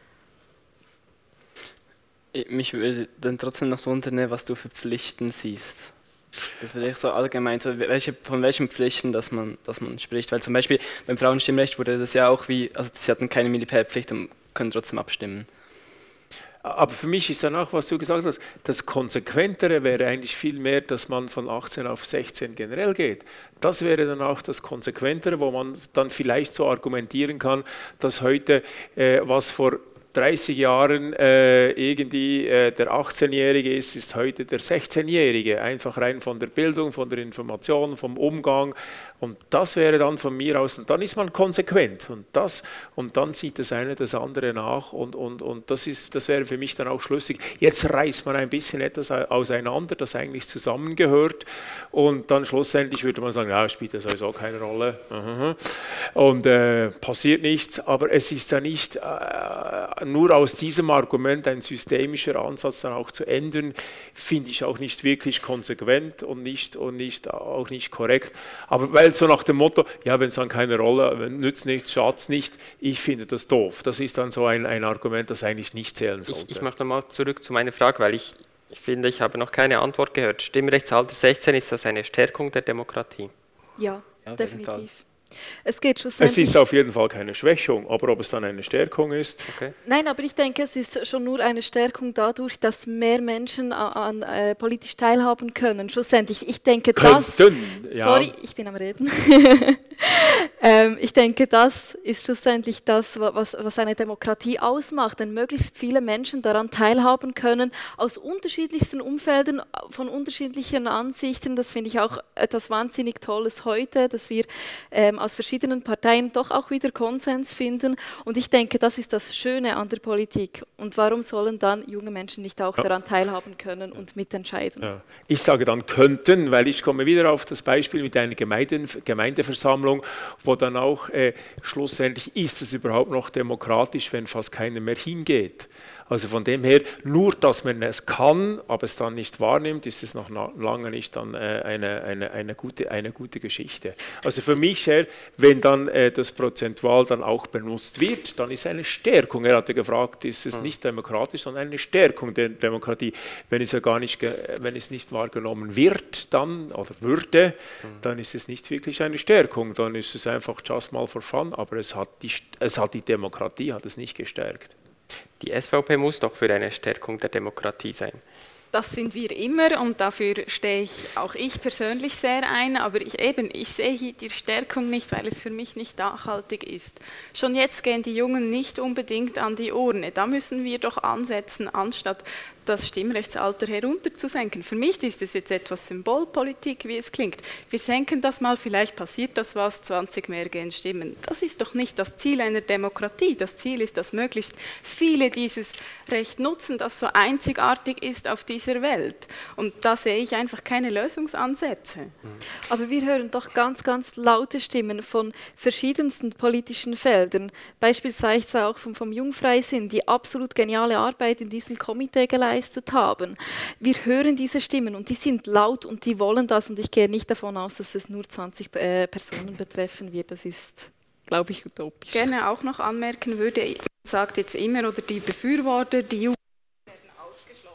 Mhm. Mich würde dann trotzdem noch so wundern, was du für Pflichten siehst. Das wäre so allgemein, so welche, von welchen Pflichten dass man, dass man spricht. Weil zum Beispiel beim Frauenstimmrecht wurde das ja auch wie, also sie hatten keine Militärpflicht und können trotzdem abstimmen. Aber für mich ist dann auch, was du gesagt hast, das Konsequentere wäre eigentlich viel mehr, dass man von achtzehn auf sechzehn generell geht. Das wäre dann auch das Konsequentere, wo man dann vielleicht so argumentieren kann, dass heute, äh, was vor dreißig Jahren äh, irgendwie äh, der achtzehnjährige ist, ist heute der sechzehnjährige. Einfach rein von der Bildung, von der Information, vom Umgang. Und das wäre dann von mir aus, und dann ist man konsequent. Und, das, und dann zieht das eine das andere nach. Und, und, und das, ist, das wäre für mich dann auch schlüssig. Jetzt reißt man ein bisschen etwas auseinander, das eigentlich zusammengehört. Und dann schlussendlich würde man sagen, ja, spielt das sowieso keine Rolle. Und äh, passiert nichts. Aber es ist ja nicht äh, nur aus diesem Argument ein systemischer Ansatz dann auch zu ändern, finde ich auch nicht wirklich konsequent und, nicht, und nicht, auch nicht korrekt. Aber weil so nach dem Motto, ja, wenn es dann keine Rolle, nützt nichts, schadet nicht, ich finde das doof. Das ist dann so ein, ein Argument, das eigentlich nicht zählen sollte. Ich, ich möchte mal zurück zu meiner Frage, weil ich, ich finde, ich habe noch keine Antwort gehört. Stimmrechtsalter sechzehn, ist das eine Stärkung der Demokratie? Ja, Ja, definitiv. Es geht Es ist auf jeden Fall keine Schwächung, aber ob es dann eine Stärkung ist? Okay. Nein, aber ich denke, es ist schon nur eine Stärkung dadurch, dass mehr Menschen an, an äh, politisch teilhaben können. Schlussendlich, ich denke, das... Könnten, ja. Sorry, ich bin am Reden. ähm, ich denke, das ist schlussendlich das, was, was eine Demokratie ausmacht, denn möglichst viele Menschen daran teilhaben können, aus unterschiedlichsten Umfeldern, von unterschiedlichen Ansichten. Das finde ich auch etwas wahnsinnig Tolles heute, dass wir ähm, aus verschiedenen Parteien doch auch wieder Konsens finden. Und ich denke, das ist das Schöne an der Politik. Und warum sollen dann junge Menschen nicht auch ja. daran teilhaben können und mitentscheiden? Ja. Ich sage dann könnten, weil ich komme wieder auf das Beispiel mit einer Gemeinde, Gemeindeversammlung, wo dann auch äh, schlussendlich ist es überhaupt noch demokratisch, wenn fast keiner mehr hingeht. Also von dem her, nur dass man es kann, aber es dann nicht wahrnimmt, ist es noch lange nicht dann äh, eine, eine, eine, gute, eine gute Geschichte. Also für mich, her, wenn dann äh, das prozentual dann auch benutzt wird, dann ist eine Stärkung. Er hatte gefragt, ist es nicht demokratisch, sondern eine Stärkung der Demokratie. Wenn es ja gar nicht, wenn es nicht wahrgenommen wird, dann oder würde, dann ist es nicht wirklich eine Stärkung. Dann ist es einfach just mal for fun, aber es hat die, es hat die Demokratie hat es nicht gestärkt. Die S V P muss doch für eine Stärkung der Demokratie sein. Das sind wir immer und dafür stehe ich auch ich persönlich sehr ein, aber ich eben, ich sehe hier die Stärkung nicht, weil es für mich nicht nachhaltig ist. Schon jetzt gehen die Jungen nicht unbedingt an die Urne, da müssen wir doch ansetzen, anstatt das Stimmrechtsalter herunterzusenken. Für mich ist es jetzt etwas Symbolpolitik, wie es klingt. Wir senken das mal, vielleicht passiert das was, zwanzig mehr gehen stimmen. Das ist doch nicht das Ziel einer Demokratie. Das Ziel ist, dass möglichst viele dieses Recht nutzen, das so einzigartig ist auf dieser Welt. Und da sehe ich einfach keine Lösungsansätze. Aber wir hören doch ganz, ganz laute Stimmen von verschiedensten politischen Feldern, beispielsweise auch vom, vom Jungfreisinn, die absolut geniale Arbeit in diesem Komitee geleistet haben. Wir hören diese Stimmen und die sind laut und die wollen das und ich gehe nicht davon aus, dass es nur zwanzig äh, Personen betreffen wird. Das ist, glaube ich, utopisch. Gerne auch noch anmerken würde, man sagt jetzt immer, oder die Befürworter, die Jugend werden ausgeschlossen.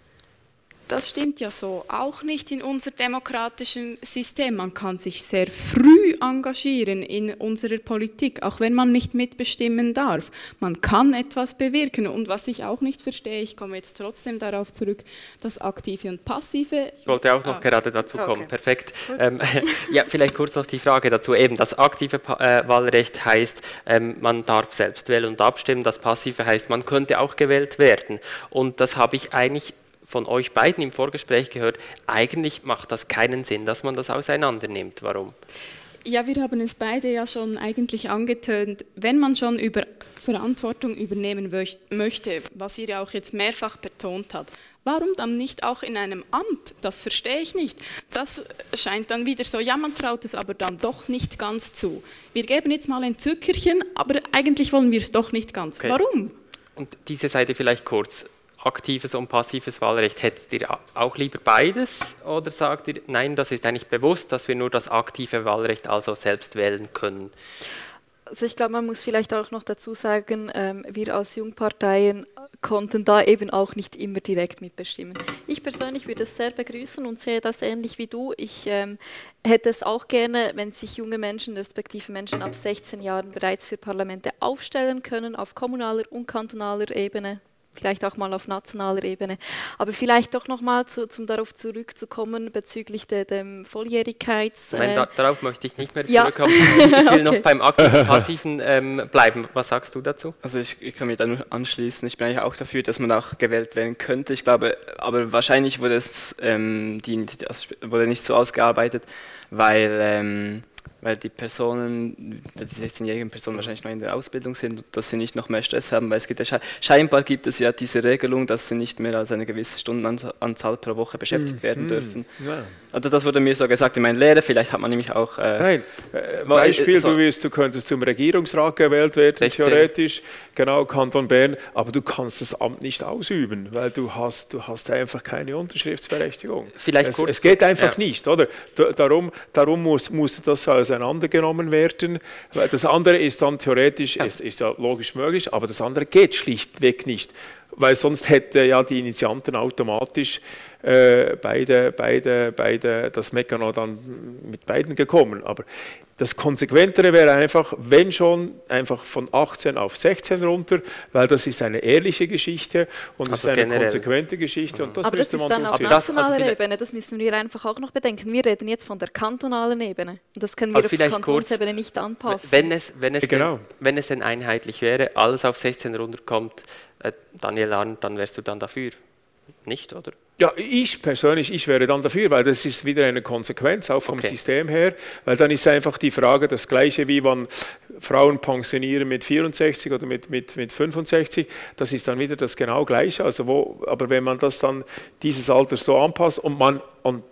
Das stimmt ja so, auch nicht in unserem demokratischen System. Man kann sich sehr früh engagieren in unserer Politik, auch wenn man nicht mitbestimmen darf. Man kann etwas bewirken und was ich auch nicht verstehe, ich komme jetzt trotzdem darauf zurück, das Aktive und Passive. Ich wollte auch noch ah. gerade dazu kommen, okay. Perfekt. Ähm, ja, vielleicht kurz noch die Frage dazu. Eben, das aktive äh, Wahlrecht heißt, ähm, man darf selbst wählen und abstimmen. Das Passive heißt, man könnte auch gewählt werden. Und das habe ich eigentlich von euch beiden im Vorgespräch gehört, eigentlich macht das keinen Sinn, dass man das auseinander nimmt. Warum? Ja, wir haben es beide ja schon eigentlich angetönt, wenn man schon über Verantwortung übernehmen möchte, was ihr ja auch jetzt mehrfach betont habt, warum dann nicht auch in einem Amt? Das verstehe ich nicht. Das scheint dann wieder so, ja, man traut es aber dann doch nicht ganz zu. Wir geben jetzt mal ein Zückerchen, aber eigentlich wollen wir es doch nicht ganz. Okay. Warum? Und diese Seite vielleicht kurz. Aktives und passives Wahlrecht, hättet ihr auch lieber beides oder sagt ihr, nein, das ist eigentlich bewusst, dass wir nur das aktive Wahlrecht also selbst wählen können? Also ich glaube, man muss vielleicht auch noch dazu sagen, ähm, wir als Jungparteien konnten da eben auch nicht immer direkt mitbestimmen. Ich persönlich würde es sehr begrüßen und sehe das ähnlich wie du. Ich ähm, hätte es auch gerne, wenn sich junge Menschen, respektive Menschen ab sechzehn Jahren bereits für Parlamente aufstellen können, auf kommunaler und kantonaler Ebene. Vielleicht auch mal auf nationaler Ebene. Aber vielleicht doch nochmal, zu, um darauf zurückzukommen bezüglich der, der Volljährigkeits... Nein, da, darauf möchte ich nicht mehr zurückkommen. Ja. Ich will okay. noch beim aktiven Passiven ähm, bleiben. Was sagst du dazu? Also ich, ich kann mich da nur anschließen. Ich bin eigentlich auch dafür, dass man auch gewählt werden könnte. Ich glaube, aber wahrscheinlich wurde es ähm, die, wurde nicht so ausgearbeitet, weil... Ähm, weil die Personen, die sechzehnjährigen Personen wahrscheinlich noch in der Ausbildung sind, dass sie nicht noch mehr Stress haben, weil es gibt ja, scheinbar gibt es ja diese Regelung, dass sie nicht mehr als eine gewisse Stundenanzahl pro Woche beschäftigt werden mhm. dürfen. Ja. Also das wurde mir so gesagt in meiner Lehre, vielleicht hat man nämlich auch... Äh, Nein, äh, Beispiel, so, du, wirst, du könntest zum Regierungsrat gewählt werden, sechzehn. Theoretisch, genau, Kanton Bern, aber du kannst das Amt nicht ausüben, weil du hast, du hast einfach keine Unterschriftsberechtigung. Vielleicht es, kurz, es geht einfach ja. nicht, oder? Darum, darum muss, muss das auseinandergenommen werden, weil das andere ist dann theoretisch, ja. es ist ja logisch möglich, aber das andere geht schlichtweg nicht, weil sonst hätte ja die Initianten automatisch äh, beide, beide, beide, das Mechanismus dann mit beiden gekommen. Aber das Konsequentere wäre einfach, wenn schon, einfach von achtzehn auf sechzehn runter, weil das ist eine ehrliche Geschichte und es also ist eine generell. konsequente Geschichte. Und das aber das ist dann auf nationaler also Ebene, das müssen wir einfach auch noch bedenken. Wir reden jetzt von der kantonalen Ebene und das können wir auf der Kantonsebene nicht anpassen. Wenn es, wenn, es genau. denn, wenn es denn einheitlich wäre, alles auf sechzehn runterkommt, äh, Daniel Arndt, dann wärst du dann dafür, nicht, oder? Ja, ich persönlich, ich wäre dann dafür, weil das ist wieder eine Konsequenz, auch vom okay. System her, weil dann ist einfach die Frage das Gleiche, wie wenn Frauen pensionieren mit vierundsechzig oder mit, mit, mit fünfundsechzig, das ist dann wieder das genau Gleiche, also wo, aber wenn man das dann, dieses Alter so anpasst und man, und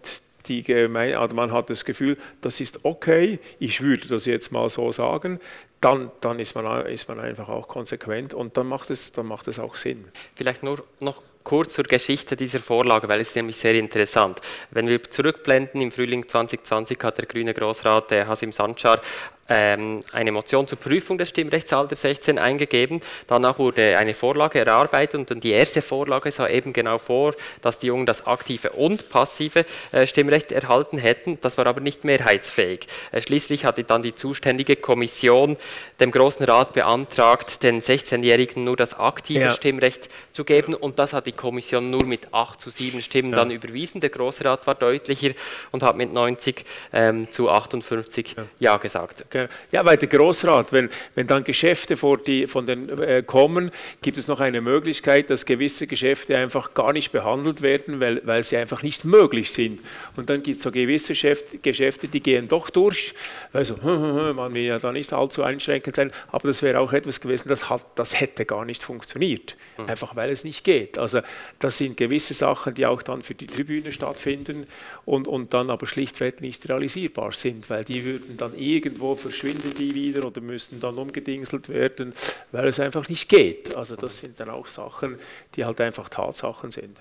die Gemeinde, also man hat das Gefühl, das ist okay, ich würde das jetzt mal so sagen, dann, dann ist, man, ist man einfach auch konsequent und dann macht es, dann macht es auch Sinn. Vielleicht nur noch kurz zur Geschichte dieser Vorlage, weil es ist nämlich sehr interessant. Wenn wir zurückblenden, im Frühling zwanzig zwanzig hat der grüne Grossrat äh, Hasim Sancar ähm, eine Motion zur Prüfung des Stimmrechtsalters sechzehn eingegeben. Danach wurde eine Vorlage erarbeitet und die erste Vorlage sah eben genau vor, dass die Jungen das aktive und passive äh, Stimmrecht erhalten hätten. Das war aber nicht mehrheitsfähig. Äh, schließlich hatte dann die zuständige Kommission dem Grossen Rat beantragt, den sechzehnjährigen nur das aktive ja. Stimmrecht zu geben und das hat die Kommission nur mit acht zu sieben Stimmen ja. dann überwiesen. Der Grosse Rat war deutlicher und hat mit neunzig ähm, zu achtundfünfzig ja, ja gesagt. Ja, weil der Grossrat, wenn, wenn dann Geschäfte vor die, von den äh, kommen, gibt es noch eine Möglichkeit, dass gewisse Geschäfte einfach gar nicht behandelt werden, weil, weil sie einfach nicht möglich sind. Und dann gibt es so gewisse Geschäfte, Geschäfte, die gehen doch durch. Also man will ja da nicht allzu einschränkend sein, aber das wäre auch etwas gewesen, das, hat, das hätte gar nicht funktioniert, mhm. einfach weil es nicht geht. Also das sind gewisse Sachen, die auch dann für die Tribüne stattfinden und, und dann aber schlichtweg nicht realisierbar sind, weil die würden dann irgendwo verschwinden die wieder oder müssen dann umgedingselt werden, weil es einfach nicht geht. Also das sind dann auch Sachen, die halt einfach Tatsachen sind.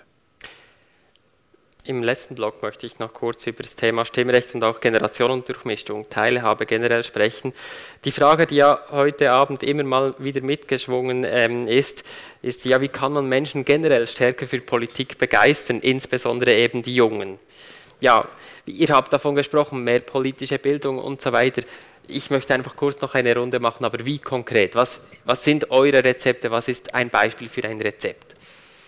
Im letzten Blog möchte ich noch kurz über das Thema Stimmrecht und auch Generationendurchmischung, Teilhabe generell sprechen. Die Frage, die ja heute Abend immer mal wieder mitgeschwungen ähm, ist, ist ja, wie kann man Menschen generell stärker für Politik begeistern, insbesondere eben die Jungen. Ja, ihr habt davon gesprochen, mehr politische Bildung und so weiter. Ich möchte einfach kurz noch eine Runde machen, aber wie konkret? Was, was sind eure Rezepte? Was ist ein Beispiel für ein Rezept?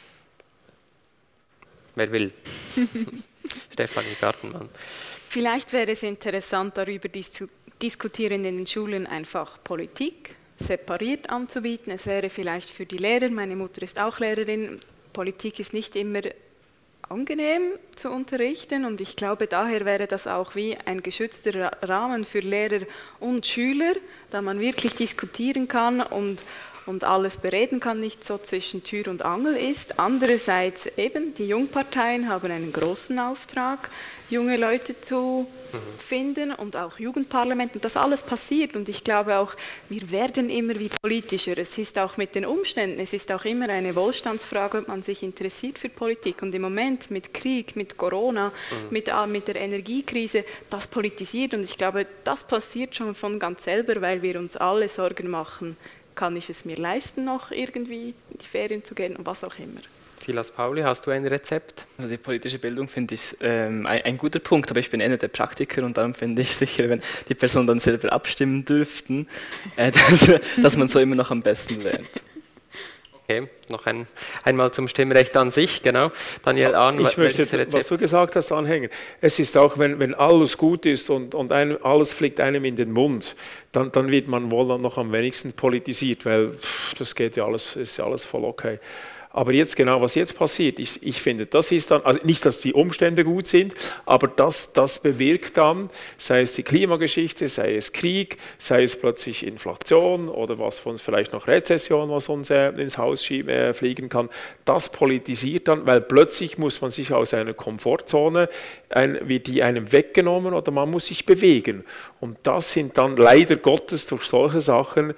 Wer will? Stefanie Gartenmann. Vielleicht wäre es interessant, darüber zu diskutieren, in den Schulen einfach Politik separiert anzubieten. Es wäre vielleicht für die Lehrer, meine Mutter ist auch Lehrerin, Politik ist nicht immer angenehm zu unterrichten und ich glaube, daher wäre das auch wie ein geschützter Rahmen für Lehrer und Schüler, da man wirklich diskutieren kann und, und alles bereden kann, nicht so zwischen Tür und Angel ist. Andererseits eben, die Jungparteien haben einen großen Auftrag, junge Leute zu finden und auch Jugendparlament und das alles passiert und ich glaube auch, wir werden immer wie politischer. Es ist auch mit den Umständen, es ist auch immer eine Wohlstandsfrage, ob man sich interessiert für Politik und im Moment mit Krieg, mit Corona, mhm. mit, mit der Energiekrise, das politisiert und ich glaube, das passiert schon von ganz selber, weil wir uns alle Sorgen machen, kann ich es mir leisten, noch irgendwie in die Ferien zu gehen und was auch immer. Silas Pauli, hast du ein Rezept? Also die politische Bildung finde ich ähm, ein, ein guter Punkt, aber ich bin einer der Praktiker und darum finde ich sicher, wenn die Personen dann selber abstimmen dürften, äh, dass, dass man so immer noch am besten lernt. Okay, noch ein, einmal zum Stimmrecht an sich, genau. Daniel Ahn, ich möchte, was du gesagt hast, anhängen. Es ist auch, wenn, wenn alles gut ist und, und einem, alles fliegt einem in den Mund, dann, dann wird man wohl dann noch am wenigsten politisiert, weil pff, das geht ja alles, ist ja alles voll okay. Aber jetzt genau, was jetzt passiert, ich, ich finde, das ist dann, also nicht, dass die Umstände gut sind, aber das, das bewirkt dann, sei es die Klimageschichte, sei es Krieg, sei es plötzlich Inflation oder was von uns vielleicht noch Rezession, was uns äh, ins Haus schieben, äh, fliegen kann, das politisiert dann, weil plötzlich muss man sich aus einer Komfortzone, ein, wird die einem weggenommen oder man muss sich bewegen. Und das sind dann leider Gottes durch solche Sachen,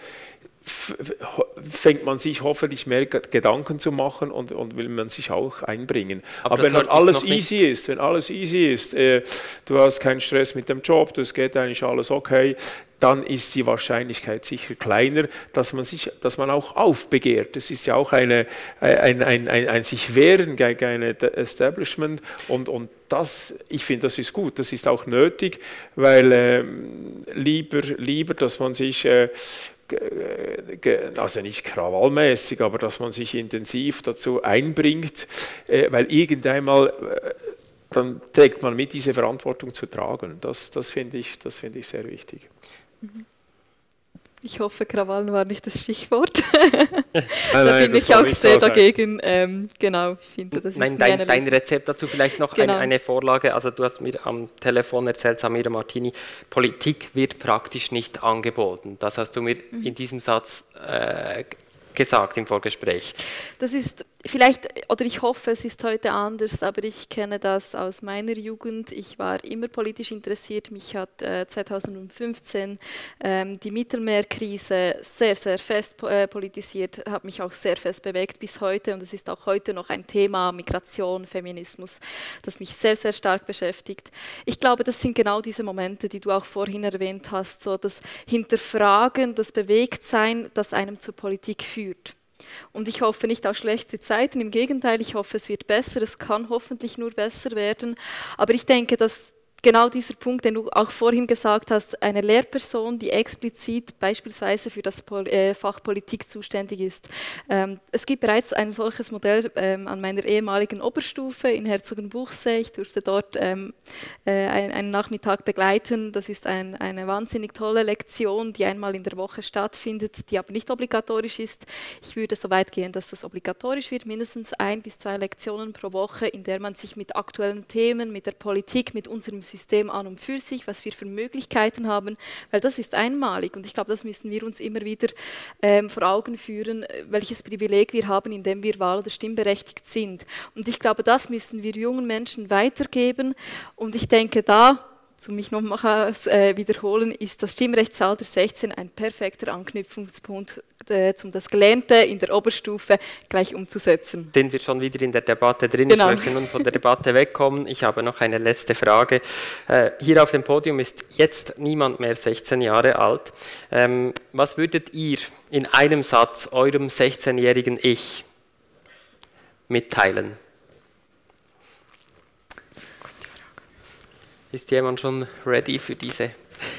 fängt man sich hoffentlich mehr Gedanken zu machen und, und will man sich auch einbringen. Aber, Aber wenn dann alles easy ist, wenn alles easy ist, äh, du hast keinen Stress mit dem Job, das geht eigentlich alles okay, dann ist die Wahrscheinlichkeit sicher kleiner, dass man sich, dass man auch aufbegehrt. Das ist ja auch eine, ein, ein, ein, ein sich wehren gegen ein Establishment und, und das, ich finde, das ist gut, das ist auch nötig, weil äh, lieber, lieber, dass man sich äh, also nicht krawallmäßig, aber dass man sich intensiv dazu einbringt, weil irgendeinmal dann trägt man mit, diese Verantwortung zu tragen. Das, das finde ich, das finde ich sehr wichtig. Ich hoffe, Krawallen war nicht das Stichwort. Nein, da nein, bin ich auch sehr dagegen. Ähm, genau, ich finde, das ist Nein, dein, dein Rezept dazu vielleicht noch genau. eine, eine Vorlage. Also du hast mir am Telefon erzählt, Samira Martini, Politik wird praktisch nicht angeboten. Das hast du mir mhm. in diesem Satz äh, gesagt im Vorgespräch. Das ist Vielleicht, oder ich hoffe, es ist heute anders, aber ich kenne das aus meiner Jugend. Ich war immer politisch interessiert. Mich hat äh, zweitausendfünfzehn ähm, die Mittelmeerkrise sehr, sehr fest äh, politisiert, hat mich auch sehr fest bewegt bis heute. Und es ist auch heute noch ein Thema, Migration, Feminismus, das mich sehr, sehr stark beschäftigt. Ich glaube, das sind genau diese Momente, die du auch vorhin erwähnt hast, so das Hinterfragen, das Bewegtsein, das einem zur Politik führt. Und ich hoffe nicht auf schlechte Zeiten, im Gegenteil, ich hoffe, es wird besser, es kann hoffentlich nur besser werden. Aber ich denke, dass genau dieser Punkt, den du auch vorhin gesagt hast, eine Lehrperson, die explizit beispielsweise für das Pol- äh, Fach Politik zuständig ist. Ähm, es gibt bereits ein solches Modell ähm, an meiner ehemaligen Oberstufe in Herzogenbuchsee. Ich durfte dort ähm, äh, einen, einen Nachmittag begleiten. Das ist ein, eine wahnsinnig tolle Lektion, die einmal in der Woche stattfindet, die aber nicht obligatorisch ist. Ich würde so weit gehen, dass das obligatorisch wird, mindestens ein bis zwei Lektionen pro Woche, in der man sich mit aktuellen Themen, mit der Politik, mit unserem System an und für sich, was wir für Möglichkeiten haben, weil das ist einmalig und ich glaube, das müssen wir uns immer wieder ähm, vor Augen führen, welches Privileg wir haben, indem wir wahl- oder stimmberechtigt sind. Und ich glaube, das müssen wir jungen Menschen weitergeben und ich denke, da, zu mich nochmals äh, wiederholen, ist das Stimmrechtsalter sechzehn ein perfekter Anknüpfungspunkt, äh, um das Gelernte in der Oberstufe gleich umzusetzen. Sind wir schon wieder in der Debatte drin? Genau. Ich möchte nun von der Debatte wegkommen. Ich habe noch eine letzte Frage. Äh, hier auf dem Podium ist jetzt niemand mehr sechzehn Jahre alt. Ähm, was würdet ihr in einem Satz eurem sechzehnjährigen Ich mitteilen? Ist jemand schon ready für diese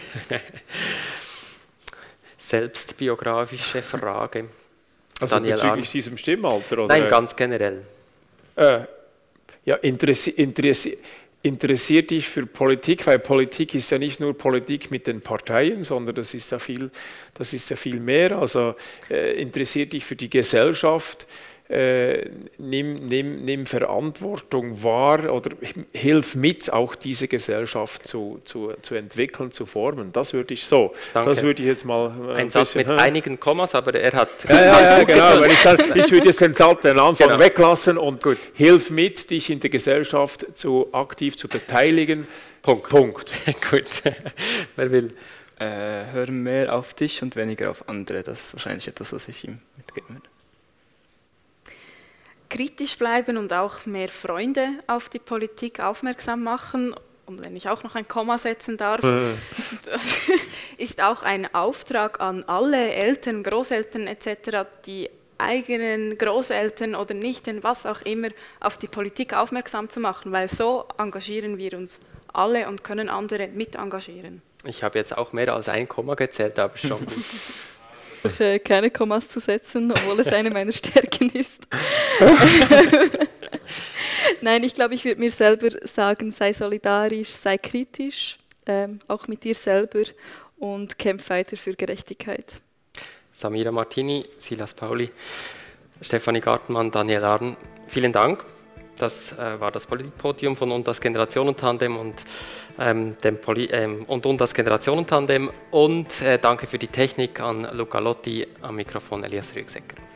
selbstbiografische Frage? Also Daniel bezüglich Arndt. diesem Stimmalter? Oder? Nein, ganz generell. Äh, ja, interessi interessi interessiert dich für Politik, weil Politik ist ja nicht nur Politik mit den Parteien, sondern das ist ja viel, das ist ja viel mehr. Also äh, interessiert dich für die Gesellschaft. Äh, nimm, nimm, nimm Verantwortung wahr oder hilf mit, auch diese Gesellschaft zu, zu, zu entwickeln, zu formen. Das würde ich so. Danke. Das würde ich jetzt mal ein, Ein Satz bisschen, mit hä? einigen Kommas, aber er hat... Ja, ja, ja, genau. Weil ich, sag, ich würde jetzt den Satz den Anfang Genau. weglassen und gut. Hilf mit, dich in der Gesellschaft zu, aktiv zu beteiligen. Punkt. Punkt. Gut. Wer will? Äh, hör mehr auf dich und weniger auf andere. Das ist wahrscheinlich etwas, was ich ihm mitgeben würde. Kritisch bleiben und auch mehr Freunde auf die Politik aufmerksam machen. Und wenn ich auch noch ein Komma setzen darf, das ist auch ein Auftrag an alle Eltern, Großeltern et cetera, die eigenen Großeltern oder Nichten, was auch immer, auf die Politik aufmerksam zu machen, weil so engagieren wir uns alle und können andere mit engagieren. Ich habe jetzt auch mehr als ein Komma gezählt, aber schon gut. Äh, keine Kommas zu setzen, obwohl es eine meiner Stärken ist. Nein, ich glaube, ich würde mir selber sagen, sei solidarisch, sei kritisch, ähm, auch mit dir selber und kämpf weiter für Gerechtigkeit. Samira Martini, Silas Pauli, Stefanie Gartenmann, Daniel Arn, vielen Dank. Das äh, war das Politikpodium von und das Generationentandem und, ähm, dem Poli ähm, und, und das Generationentandem. Und äh, danke für die Technik an Luca Lotti, am Mikrofon Elias Rüegsecker.